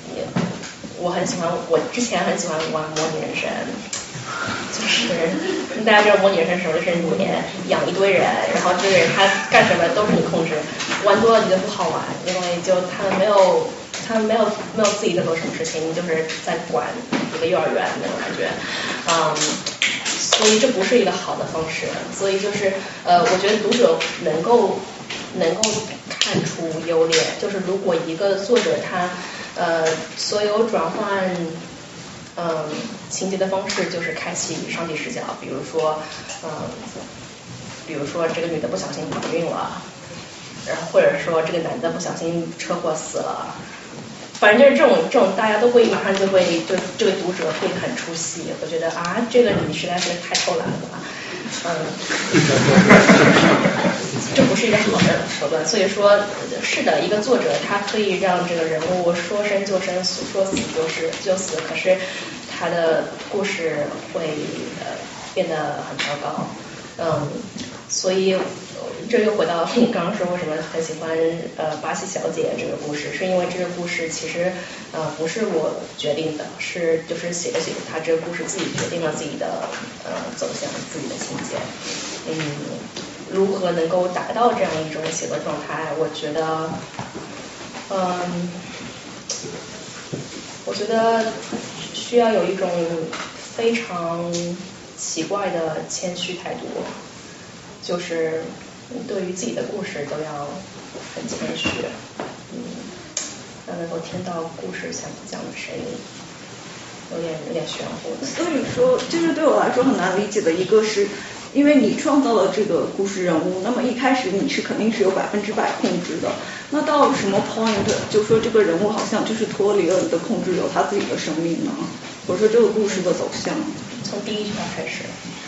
我之前很喜欢玩模拟人生，就是大家知道模拟人生什么，就是你养一堆人，然后这个人他干什么都是你控制，玩多了你就不好玩，因为就他们没有自己在做什么事情，就是在管一个幼儿园那种感觉，所以这不是一个好的方式。所以就是我觉得读者能够看出优劣，就是如果一个作者他所有转换情节的方式就是开启上帝视角，比如说这个女的不小心怀孕了，然后或者说这个男的不小心车祸死了，反正就是这种大家都会马上就会对这个读者会很出戏，会觉得这个你实在是太偷懒了，这不是一个好的手段。所以说是的，一个作者他可以让这个人物说生就生，说死就死，可是他的故事会变得很糟糕，所以这又回到你刚刚说为什么很喜欢巴西小姐这个故事，是因为这个故事其实不是我决定的，就是写着写着他这个故事自己决定了自己的走向，自己的情节。如何能够达到这样一种写作状态，我觉得需要有一种非常奇怪的谦虚态度，就是对于自己的故事都要很谦虚，要能够听到故事想讲的声音，有点玄乎的。 所以说，就是对我来说很难理解的一个是，因为你创造了这个故事人物，那么一开始你是肯定是有100%控制的，那到什么 point 就说这个人物好像就是脱离了你的控制，有他自己的生命呢？或者说这个故事的走向， 从第一句话开始。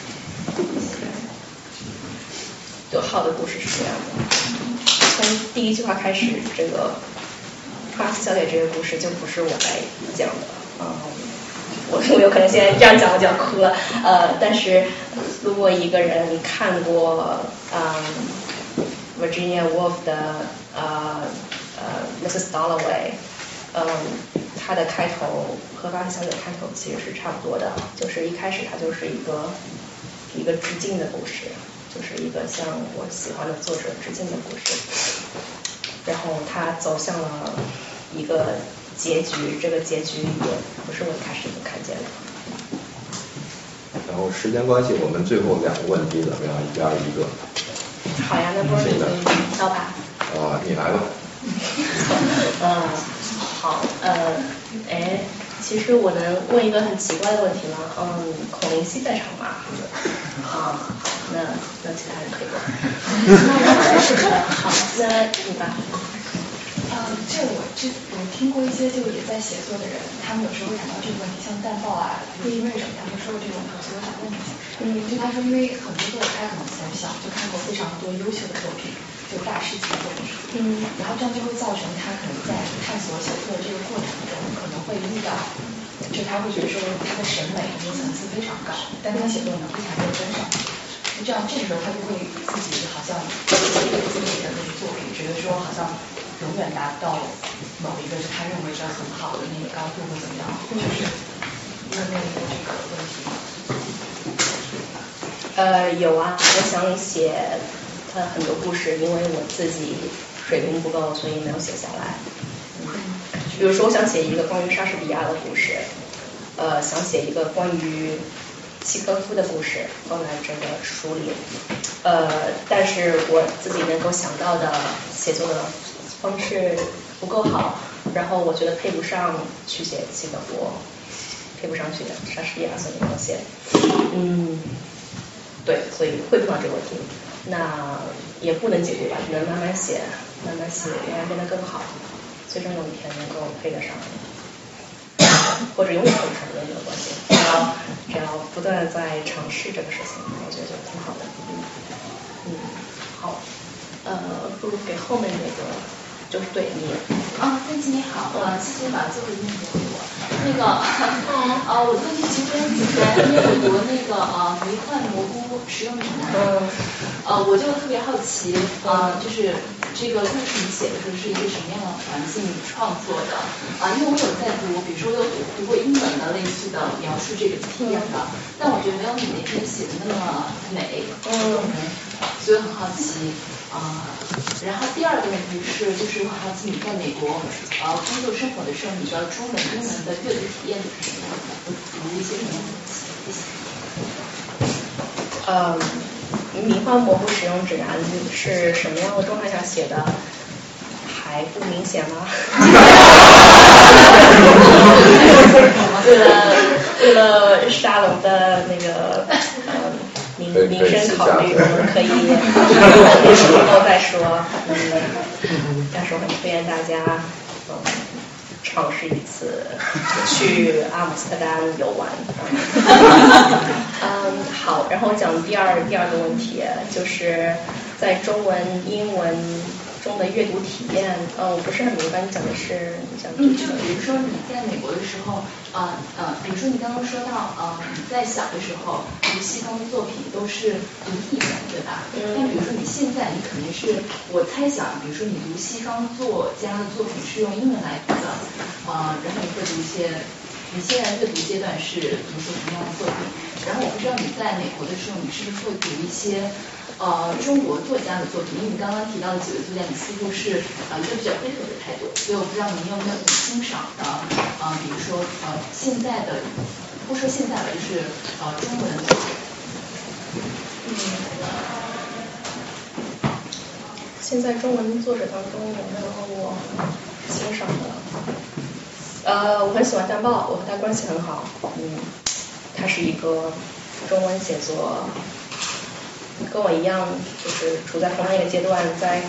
就好的故事是这样的，从第一句话开始，这个巴西小姐这个故事就不是我来讲的，我有可能现在这样讲我就要哭了，但是如果一个人看过Virginia Woolf 的Mrs. Dalloway，她的开头和巴西小姐的开头其实是差不多的，就是一开始它就是一个致敬的故事，就是一个向我喜欢的作者致敬的故事，然后它走向了一个结局，这个结局也不是我一开始就看见的。 然后时间关系，我们最后2个问题怎么样？1人1个。 好呀，那不是你到吧？ 你来吧。 好，其实我能问一个很奇怪的问题吗？孔林希在场吗？好，那其他人可以问。好，那你吧。 我听过一些就也在写作的人，他们有时候会谈到这个问题，像淡报陆毅瑞什么，他们说过这种问题，我想问一下。就他说，因为很多作者他可能从小就看过非常多优秀的作品，就大师级的作品，然后这样就会造成他可能在探索写作的这个过程中，可能会遇到，就他会觉得说他的审美这个层次非常高，但他写作能力还没有跟上。这个时候他就会自己好像自己的那个作品，觉得说好像永远达不到某一个是他认为是很好的那个高度或怎么样，就是有没有这个问题？ 有啊，我想写他很多故事，因为我自己水平不够，所以没有写下来。比如说，我想写一个关于莎士比亚的故事，想写一个关于契诃夫的故事放在这个书里，但是我自己能够想到的写作的方式不够好，然后我觉得配不上去写契诃夫，配不上去莎士比亚所以我写，对，所以会碰到这个问题，那也不能解决吧，只能慢慢写，慢慢写，让它变得更好，最终有一天能够配得上。或者永远配不上都没有关系，只要不断的在尝试这个事情，我觉得就挺好的。好，不如给后面那个，就是对你。 芬奇你好，谢谢把最后一面给我。我的问题其实跟主持人，因为我读那个迷幻蘑菇食用指南，我就特别好奇，就是这个故事你写的时候是一个什么样的环境创作的？因为我有在读，比如说我有读过英文的类似的描述这个体验的，但我觉得没有你那篇写的那么美，动人，所以很好奇。然后第二个问题是，就是我好奇你在美国工作生活的时候，你知道中文、英文的阅读体验是什么样的？读一些什么样的东西？ 迷幻蘑菇使用指南是什么样的状态下写的？还不明显吗？为了沙龙的那个名声考虑，我们可以以后再说。但是我很推荐大家尝试一次去阿姆斯特丹游玩。好，然后讲第二个问题，就是在中文、英文中的阅读体验。我不是很明白你讲的是就比如说你在美国的时候，比如说你刚刚说到，你在小的时候读西方的作品都是读译本，对吧？但比如说你现在，你可能是我猜想，比如说你读西方作家的作品是用英文来读的，然后你会读一些，你现在阅读阶段是读一些什么样的作品？然后我不知道你在美国的时候，你是不是会读一些中国作家的作品？因为你刚刚提到的几位作家，你似乎是一个比较配合的态度，所以我不知道你有没有很欣赏的，比如说现在的，不说现在了，就是中文。 现在中文作者当中有没有我欣赏的？我很喜欢淡豹，我和他关系很好。他是一个中文写作跟我一样，就是处在同样一个阶段，在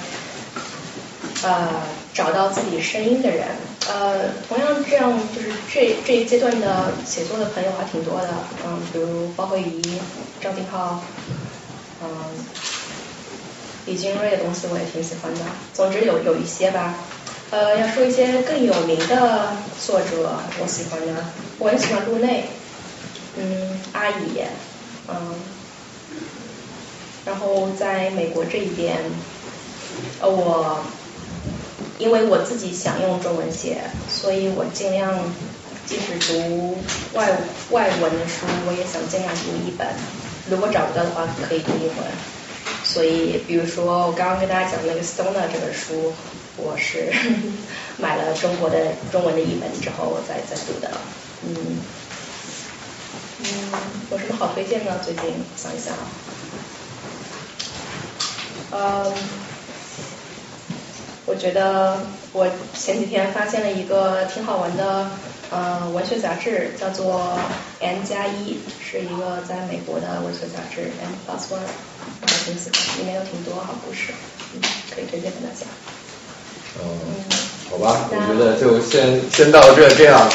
找到自己声音的人。同样这样就是这一阶段的写作的朋友还挺多的，比如包慧怡、张定浩，李金瑞的东西我也挺喜欢的。总之有一些吧。要说一些更有名的作者，我喜欢的，我很喜欢路内，阿乙，然后在美国这一边，因为我自己想用中文写，所以我尽量即使读外文的书，我也想尽量读译本，如果找不到的话可以读英文。所以比如说我刚刚跟大家讲那个 Stoner 这本书，我是买了中文的译本之后我再读的。有什么好推荐呢？最近想一想，我觉得我前几天发现了一个挺好玩的文学杂志，叫做 N+1，是一个在美国的文学杂志 N+1，我还挺喜欢，里面有挺多好故事，可以推荐给大家。 好吧，我觉得就先到这样。